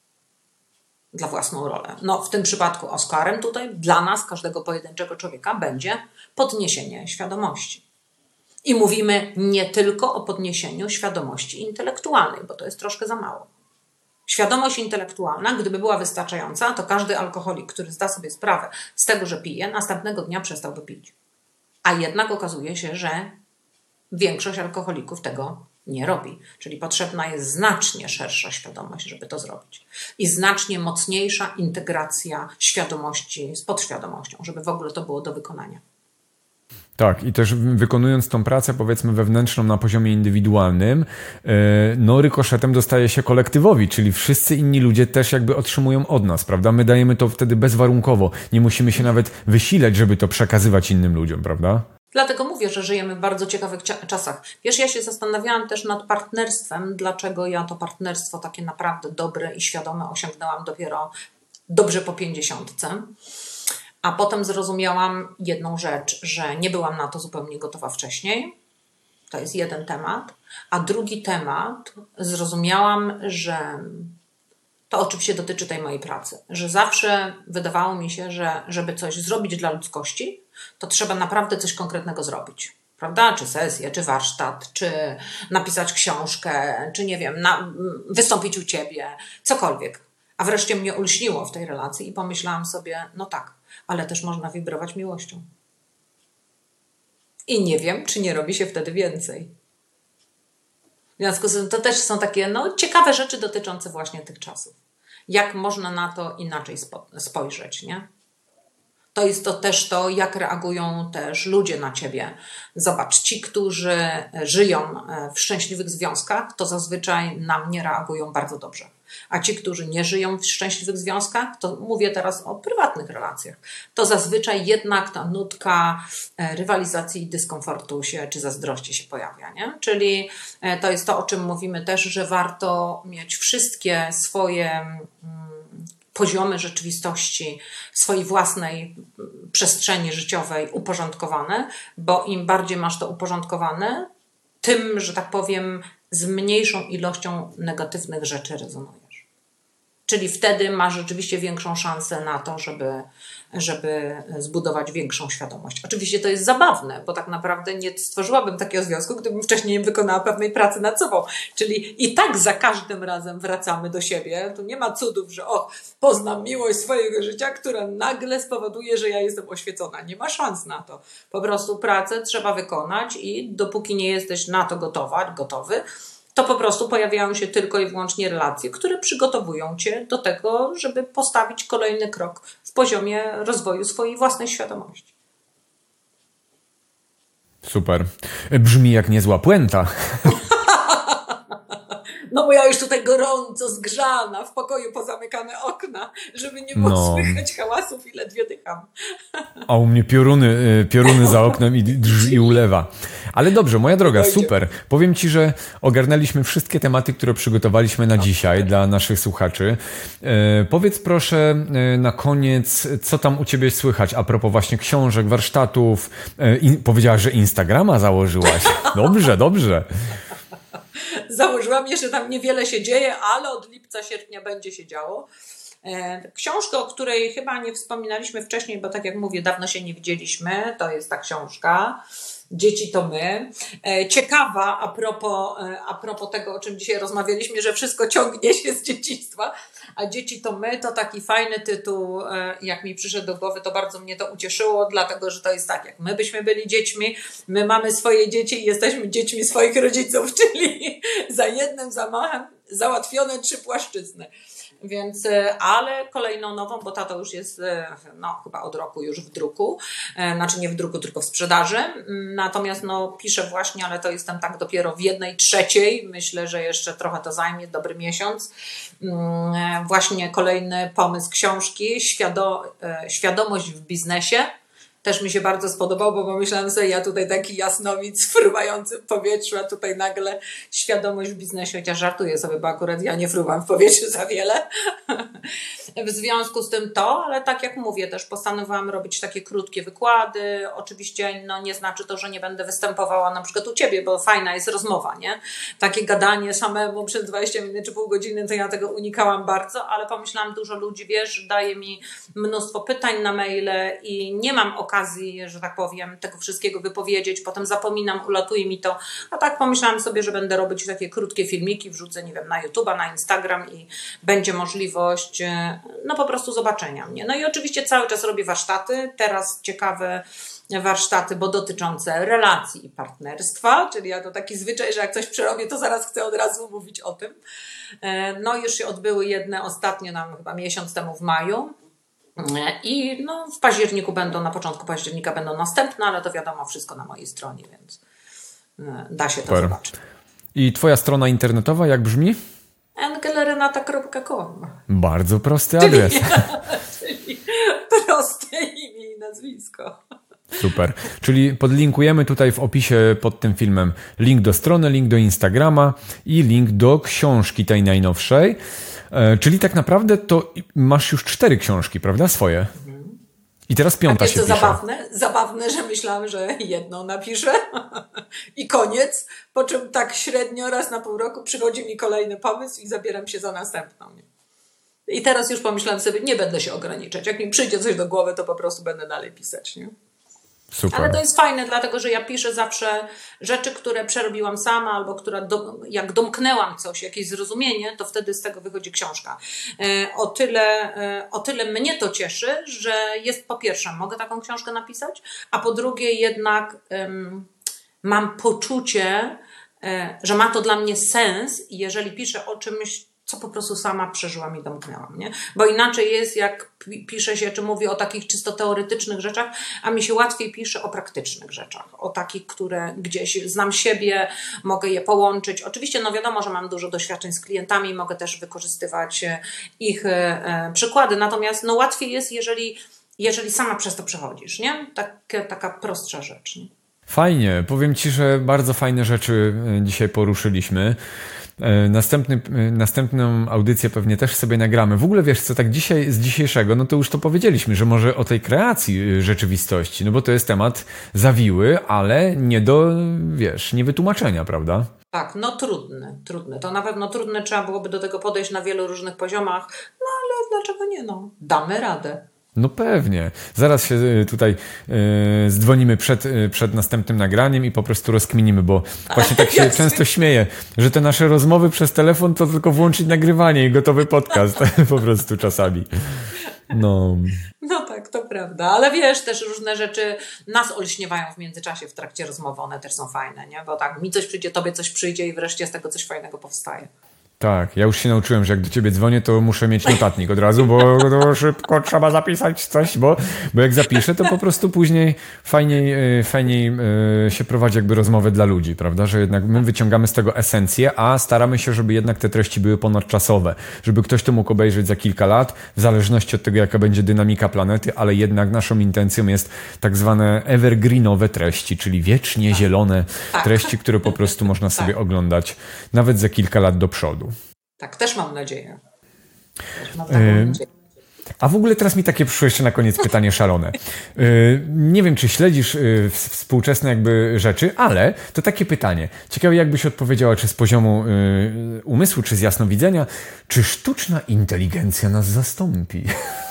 Dla własną rolę. No w tym przypadku Oscarem tutaj dla nas, każdego pojedynczego człowieka będzie podniesienie świadomości. I mówimy nie tylko o podniesieniu świadomości intelektualnej, bo to jest troszkę za mało. Świadomość intelektualna, gdyby była wystarczająca, to każdy alkoholik, który zda sobie sprawę z tego, że pije, następnego dnia przestałby pić. A jednak okazuje się, że większość alkoholików tego nie robi. Czyli potrzebna jest znacznie szersza świadomość, żeby to zrobić. I znacznie mocniejsza integracja świadomości z podświadomością, żeby w ogóle to było do wykonania. Tak, i też wykonując tą pracę, powiedzmy wewnętrzną na poziomie indywidualnym, no rykoszetem dostaje się kolektywowi, czyli wszyscy inni ludzie też jakby otrzymują od nas, prawda? My dajemy to wtedy bezwarunkowo. Nie musimy się nawet wysilać, żeby to przekazywać innym ludziom, prawda? Dlatego mówię, że żyjemy w bardzo ciekawych czasach. Wiesz, ja się zastanawiałam też nad partnerstwem, dlaczego ja to partnerstwo takie naprawdę dobre i świadome osiągnęłam dopiero dobrze po pięćdziesiątce. A potem zrozumiałam jedną rzecz, że nie byłam na to zupełnie gotowa wcześniej. To jest jeden temat. A drugi temat, zrozumiałam, że to oczywiście dotyczy tej mojej pracy, że zawsze wydawało mi się, że żeby coś zrobić dla ludzkości, to trzeba naprawdę coś konkretnego zrobić. Prawda? Czy sesję, czy warsztat, czy napisać książkę, czy nie wiem, na, wystąpić u ciebie, cokolwiek. A wreszcie mnie ulśniło w tej relacji i pomyślałam sobie, no tak, ale też można wibrować miłością. I nie wiem, czy nie robi się wtedy więcej. W związku z tym to też są takie no, ciekawe rzeczy dotyczące właśnie tych czasów. Jak można na to inaczej spojrzeć, nie? To jest to też to, jak reagują też ludzie na ciebie. Zobacz, ci, którzy żyją w szczęśliwych związkach, to zazwyczaj na mnie reagują bardzo dobrze. A ci, którzy nie żyją w szczęśliwych związkach, to mówię teraz o prywatnych relacjach, to zazwyczaj jednak ta nutka rywalizacji i dyskomfortu się, czy zazdrości się pojawia, nie? Czyli to jest to, o czym mówimy też, że warto mieć wszystkie swoje poziomy rzeczywistości, swojej własnej przestrzeni życiowej uporządkowane, bo im bardziej masz to uporządkowane, tym, że tak powiem, z mniejszą ilością negatywnych rzeczy rezonujesz. Czyli wtedy masz rzeczywiście większą szansę na to, żeby, żeby zbudować większą świadomość. Oczywiście to jest zabawne, bo tak naprawdę nie stworzyłabym takiego związku, gdybym wcześniej nie wykonała pewnej pracy nad sobą. Czyli i tak za każdym razem wracamy do siebie. Tu nie ma cudów, że o, poznam miłość swojego życia, która nagle spowoduje, że ja jestem oświecona. Nie ma szans na to. Po prostu pracę trzeba wykonać i dopóki nie jesteś na to gotowa, gotowy, to po prostu pojawiają się tylko i wyłącznie relacje, które przygotowują cię do tego, żeby postawić kolejny krok w poziomie rozwoju swojej własnej świadomości. Super. Brzmi jak niezła puenta. No bo ja już tutaj gorąco, zgrzana, w pokoju pozamykane okna, żeby nie było no. słychać hałasów i ledwie dycham. A u mnie pioruny, pioruny za oknem i drż i ulewa. Ale dobrze, moja droga, super. Powiem Ci, że ogarnęliśmy wszystkie tematy, które przygotowaliśmy na dzisiaj dla naszych słuchaczy. E, powiedz proszę e, na koniec, co tam u Ciebie słychać a propos właśnie książek, warsztatów. E, in, powiedziałaś, że Instagrama założyłaś. Dobrze, dobrze. Założyłam, jeszcze tam niewiele się dzieje, ale od lipca, sierpnia będzie się działo. Książka, o której chyba nie wspominaliśmy wcześniej, bo tak jak mówię, dawno się nie widzieliśmy, to jest ta książka Dzieci to my. Ciekawa a propos, a propos tego, o czym dzisiaj rozmawialiśmy, że wszystko ciągnie się z dzieciństwa, a Dzieci to my to taki fajny tytuł, jak mi przyszedł do głowy, to bardzo mnie to ucieszyło, dlatego, że to jest tak, jak my byśmy byli dziećmi, my mamy swoje dzieci i jesteśmy dziećmi swoich rodziców, czyli za jednym zamachem załatwione trzy płaszczyzny. Więc, ale kolejną nową, bo ta to już jest no, chyba od roku już w druku, znaczy nie w druku, tylko w sprzedaży. Natomiast no, piszę właśnie, ale to jestem tak dopiero w jednej trzeciej. Myślę, że jeszcze trochę to zajmie, dobry miesiąc. Właśnie kolejny pomysł książki, Świado- Świadomość w biznesie. Też mi się bardzo spodobał, bo pomyślałam sobie, ja tutaj taki jasnowic fruwający w powietrzu, a tutaj nagle świadomość w biznesie, chociaż żartuję sobie, bo akurat ja nie fruwam w powietrzu za wiele. W związku z tym to, ale tak jak mówię, też postanowiłam robić takie krótkie wykłady. Oczywiście no, nie znaczy to, że nie będę występowała na przykład u Ciebie, bo fajna jest rozmowa, nie? Takie gadanie samemu przez dwadzieścia minut czy pół godziny, to ja tego unikałam bardzo, ale pomyślałam, dużo ludzi, wiesz, daje mi mnóstwo pytań na maile i nie mam okazji, że tak powiem, tego wszystkiego wypowiedzieć, potem zapominam, ulatuje mi to, a tak pomyślałam sobie, że będę robić takie krótkie filmiki, wrzucę, nie wiem, na YouTube'a, na Instagram i będzie możliwość no po prostu zobaczenia mnie. No i oczywiście cały czas robię warsztaty, teraz ciekawe warsztaty, bo dotyczące relacji i partnerstwa, czyli ja to taki zwyczaj, że jak coś przerobię, to zaraz chcę od razu mówić o tym. No już się odbyły jedne ostatnio, nam chyba miesiąc temu w maju, i no, w październiku będą, na początku października będą następne, ale to wiadomo, wszystko na mojej stronie, więc da się to Super. zobaczyć. I Twoja strona internetowa jak brzmi? engelrenata kropka com. Bardzo prosty adres. Czyli, czyli proste imię i nazwisko. Super. Czyli podlinkujemy tutaj w opisie pod tym filmem link do strony, link do Instagrama i link do książki tej najnowszej. Czyli tak naprawdę to masz już cztery książki, prawda? Swoje. I teraz piąta się pisze. pisze. Zabawne, zabawne, że myślałam, że jedną napiszę i koniec, po czym tak średnio raz na pół roku przychodzi mi kolejny pomysł i zabieram się za następną. I teraz już pomyślałam sobie, nie będę się ograniczać. Jak mi przyjdzie coś do głowy, to po prostu będę dalej pisać. Nie? Super. Ale to jest fajne, dlatego że ja piszę zawsze rzeczy, które przerobiłam sama, albo która do, jak domknęłam coś, jakieś zrozumienie, to wtedy z tego wychodzi książka. O tyle, o tyle mnie to cieszy, że jest po pierwsze, mogę taką książkę napisać, a po drugie jednak um, mam poczucie, że ma to dla mnie sens i jeżeli piszę o czymś, co po prostu sama przeżyłam i domknęłam, nie? Bo inaczej jest, jak pisze się, czy mówi o takich czysto teoretycznych rzeczach, a mi się łatwiej pisze o praktycznych rzeczach, o takich, które gdzieś znam siebie, mogę je połączyć. Oczywiście, no wiadomo, że mam dużo doświadczeń z klientami, mogę też wykorzystywać ich e, przykłady, natomiast no łatwiej jest, jeżeli, jeżeli sama przez to przechodzisz, nie? Tak, taka prostsza rzecz, nie? Fajnie, powiem Ci, że bardzo fajne rzeczy dzisiaj poruszyliśmy. Następny, następną audycję pewnie też sobie nagramy. W ogóle wiesz co, tak dzisiaj z dzisiejszego, no to już to powiedzieliśmy, że może o tej kreacji rzeczywistości, no bo to jest temat zawiły, ale nie do, wiesz, nie wytłumaczenia, prawda? Tak, no trudne, trudne. To na pewno trudne, trzeba byłoby do tego podejść na wielu różnych poziomach, no ale dlaczego nie, no, damy radę. No pewnie. Zaraz się tutaj yy, zdzwonimy przed, yy, przed następnym nagraniem i po prostu rozkminimy, bo właśnie tak się często śmieję, że te nasze rozmowy przez telefon to tylko włączyć nagrywanie i gotowy podcast po prostu czasami. No. No tak, to prawda, ale wiesz, też różne rzeczy nas olśniewają w międzyczasie w trakcie rozmowy, one też są fajne, nie? Bo tak, mi coś przyjdzie, tobie coś przyjdzie i wreszcie z tego coś fajnego powstaje. Tak, ja już się nauczyłem, że jak do ciebie dzwonię, to muszę mieć notatnik od razu, bo to szybko trzeba zapisać coś, bo, bo jak zapiszę, to po prostu później fajniej, fajniej się prowadzi jakby rozmowę dla ludzi, prawda? Że jednak my wyciągamy z tego esencję, a staramy się, żeby jednak te treści były ponadczasowe, żeby ktoś to mógł obejrzeć za kilka lat, w zależności od tego, jaka będzie dynamika planety, ale jednak naszą intencją jest tak zwane evergreenowe treści, czyli wiecznie zielone treści, które po prostu można sobie oglądać nawet za kilka lat do przodu. Tak, też mam nadzieję. Też mam taką yy, nadzieję. A w ogóle teraz mi takie przyszło jeszcze na koniec pytanie szalone. Yy, nie wiem, czy śledzisz yy, współczesne jakby rzeczy, ale to takie pytanie. Ciekawe, jakbyś odpowiedziała, czy z poziomu yy, umysłu, czy z jasnowidzenia, czy sztuczna inteligencja nas zastąpi?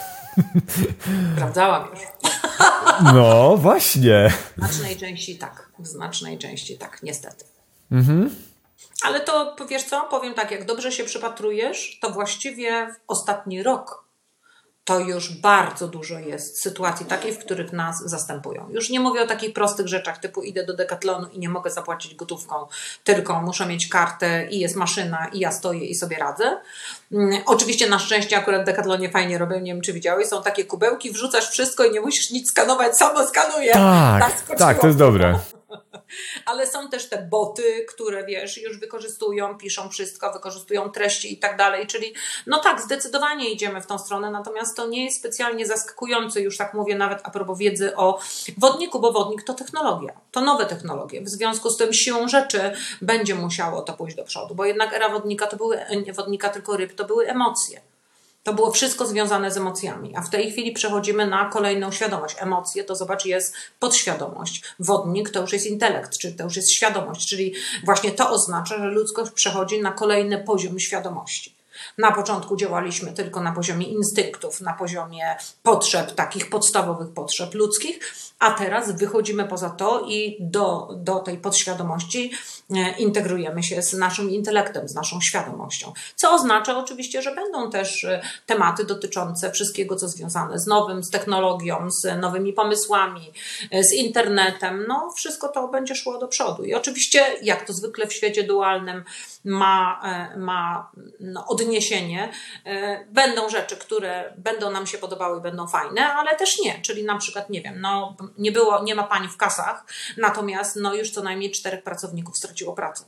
Sprawdzałam już. No, właśnie. W znacznej części tak. W znacznej części tak, niestety. Mhm. Ale to, wiesz co, powiem tak, jak dobrze się przypatrujesz, to właściwie w ostatni rok to już bardzo dużo jest sytuacji takich, w których nas zastępują. Już nie mówię o takich prostych rzeczach, typu idę do Decathlonu i nie mogę zapłacić gotówką, tylko muszę mieć kartę i jest maszyna i ja stoję i sobie radzę. Oczywiście na szczęście akurat w Decathlonie fajnie robią, nie wiem czy widziałeś, są takie kubełki, wrzucasz wszystko i nie musisz nic skanować, samo skanuje. Tak, tak, to jest dobre. Ale są też te boty, które wiesz, już wykorzystują, piszą wszystko, wykorzystują treści i tak dalej, czyli no tak, zdecydowanie idziemy w tą stronę, natomiast to nie jest specjalnie zaskakujące, już tak mówię nawet a propos wiedzy o wodniku, bo wodnik to technologia, to nowe technologie, w związku z tym siłą rzeczy będzie musiało to pójść do przodu, bo jednak era wodnika to były, nie wodnika tylko ryb, to były emocje. To było wszystko związane z emocjami, a w tej chwili przechodzimy na kolejną świadomość. Emocje to zobacz jest podświadomość. Wodnik to już jest intelekt, czyli to już jest świadomość, czyli właśnie to oznacza, że ludzkość przechodzi na kolejny poziom świadomości. Na początku działaliśmy tylko na poziomie instynktów, na poziomie potrzeb, takich podstawowych potrzeb ludzkich, a teraz wychodzimy poza to i do, do tej podświadomości integrujemy się z naszym intelektem, z naszą świadomością. Co oznacza oczywiście, że będą też tematy dotyczące wszystkiego, co związane z nowym, z technologią, z nowymi pomysłami, z internetem. No, wszystko to będzie szło do przodu. I oczywiście, jak to zwykle w świecie dualnym ma, ma no, odniesienie, będą rzeczy, które będą nam się podobały, będą fajne, ale też nie. Czyli na przykład, nie wiem, no, nie było, nie ma pań w kasach, natomiast no, już co najmniej czterech pracowników straciło pracę.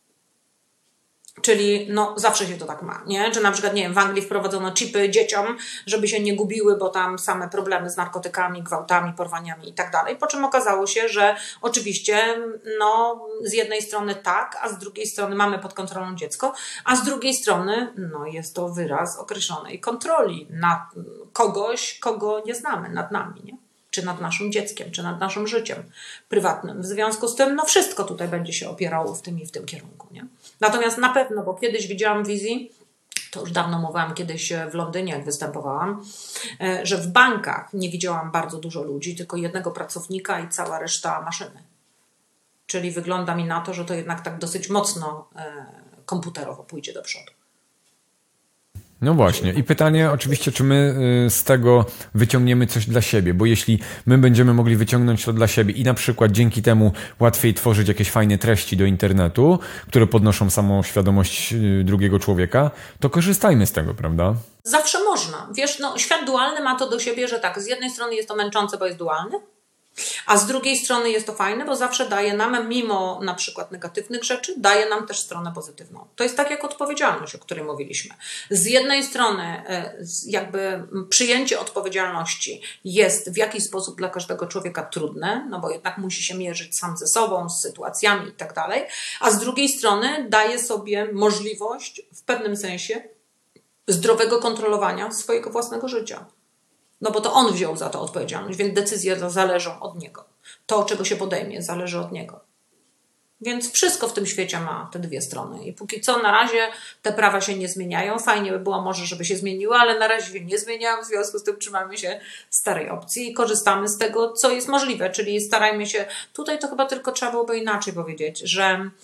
Czyli no, zawsze się to tak ma, nie? Czy na przykład, nie wiem, w Anglii wprowadzono chipy dzieciom, żeby się nie gubiły, bo tam same problemy z narkotykami, gwałtami, porwaniami i tak dalej. Po czym okazało się, że oczywiście no, z jednej strony tak, a z drugiej strony mamy pod kontrolą dziecko, a z drugiej strony no, jest to wyraz określonej kontroli nad kogoś, kogo nie znamy, nad nami, nie? Czy nad naszym dzieckiem, czy nad naszym życiem prywatnym. W związku z tym, no wszystko tutaj będzie się opierało w tym i w tym kierunku, nie? Natomiast na pewno, bo kiedyś widziałam w wizji, to już dawno mówiłam kiedyś w Londynie, jak występowałam, że w bankach nie widziałam bardzo dużo ludzi, tylko jednego pracownika i cała reszta maszyny. Czyli wygląda mi na to, że to jednak tak dosyć mocno komputerowo pójdzie do przodu. No właśnie. I pytanie oczywiście, czy my z tego wyciągniemy coś dla siebie, bo jeśli my będziemy mogli wyciągnąć to dla siebie i na przykład dzięki temu łatwiej tworzyć jakieś fajne treści do internetu, które podnoszą samą świadomość drugiego człowieka, to korzystajmy z tego, prawda? Zawsze można. Wiesz, no, świat dualny ma to do siebie, że tak, z jednej strony jest to męczące, bo jest dualny, a z drugiej strony jest to fajne, bo zawsze daje nam, mimo na przykład negatywnych rzeczy, daje nam też stronę pozytywną. To jest tak jak odpowiedzialność, o której mówiliśmy. Z jednej strony jakby przyjęcie odpowiedzialności jest w jakiś sposób dla każdego człowieka trudne, no bo jednak musi się mierzyć sam ze sobą, z sytuacjami i tak dalej, a z drugiej strony daje sobie możliwość w pewnym sensie zdrowego kontrolowania swojego własnego życia. No bo to on wziął za to odpowiedzialność, więc decyzje zależą od niego. To, czego się podejmie, zależy od niego. Więc wszystko w tym świecie ma te dwie strony. I póki co na razie te prawa się nie zmieniają. Fajnie by było może, żeby się zmieniły, ale na razie się nie zmieniają. W związku z tym trzymamy się starej opcji i korzystamy z tego, co jest możliwe. Czyli starajmy się, tutaj to chyba tylko trzeba byłoby inaczej powiedzieć, że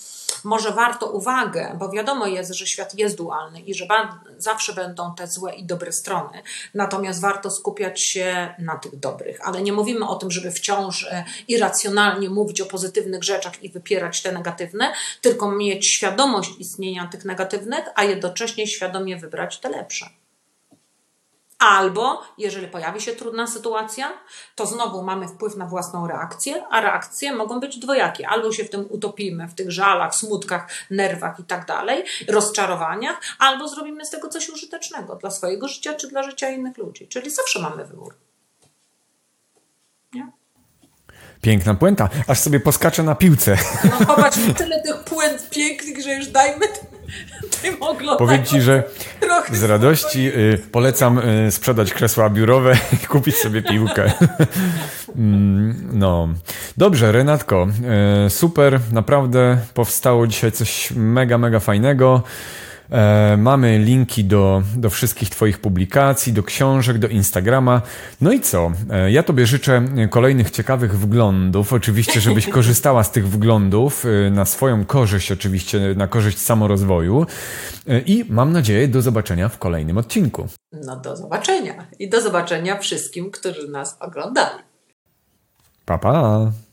może warto uwagę, bo wiadomo jest, że świat jest dualny i że zawsze będą te złe i dobre strony, natomiast warto skupiać się na tych dobrych, ale nie mówimy o tym, żeby wciąż irracjonalnie mówić o pozytywnych rzeczach i wypierać te negatywne, tylko mieć świadomość istnienia tych negatywnych, a jednocześnie świadomie wybrać te lepsze. Albo, jeżeli pojawi się trudna sytuacja, to znowu mamy wpływ na własną reakcję, a reakcje mogą być dwojakie. Albo się w tym utopimy, w tych żalach, smutkach, nerwach i tak dalej, rozczarowaniach, albo zrobimy z tego coś użytecznego dla swojego życia czy dla życia innych ludzi. Czyli zawsze mamy wybór. Nie? Piękna puenta, aż sobie poskaczę na piłce. No popatrz, tyle tych puent pięknych, że już dajmy tym, tym oglądać. Powiem Ci, że z radości y, polecam y, sprzedać krzesła biurowe i kupić sobie piłkę. No, dobrze, Renatko, y, super, naprawdę powstało dzisiaj coś mega, mega fajnego. E, mamy linki do, do wszystkich Twoich publikacji, do książek, do Instagrama. No i co? E, ja Tobie życzę kolejnych ciekawych wglądów. Oczywiście, żebyś korzystała z tych wglądów e, na swoją korzyść, oczywiście na korzyść samorozwoju. E, I mam nadzieję do zobaczenia w kolejnym odcinku. No do zobaczenia. I do zobaczenia wszystkim, którzy nas oglądali. Pa, pa!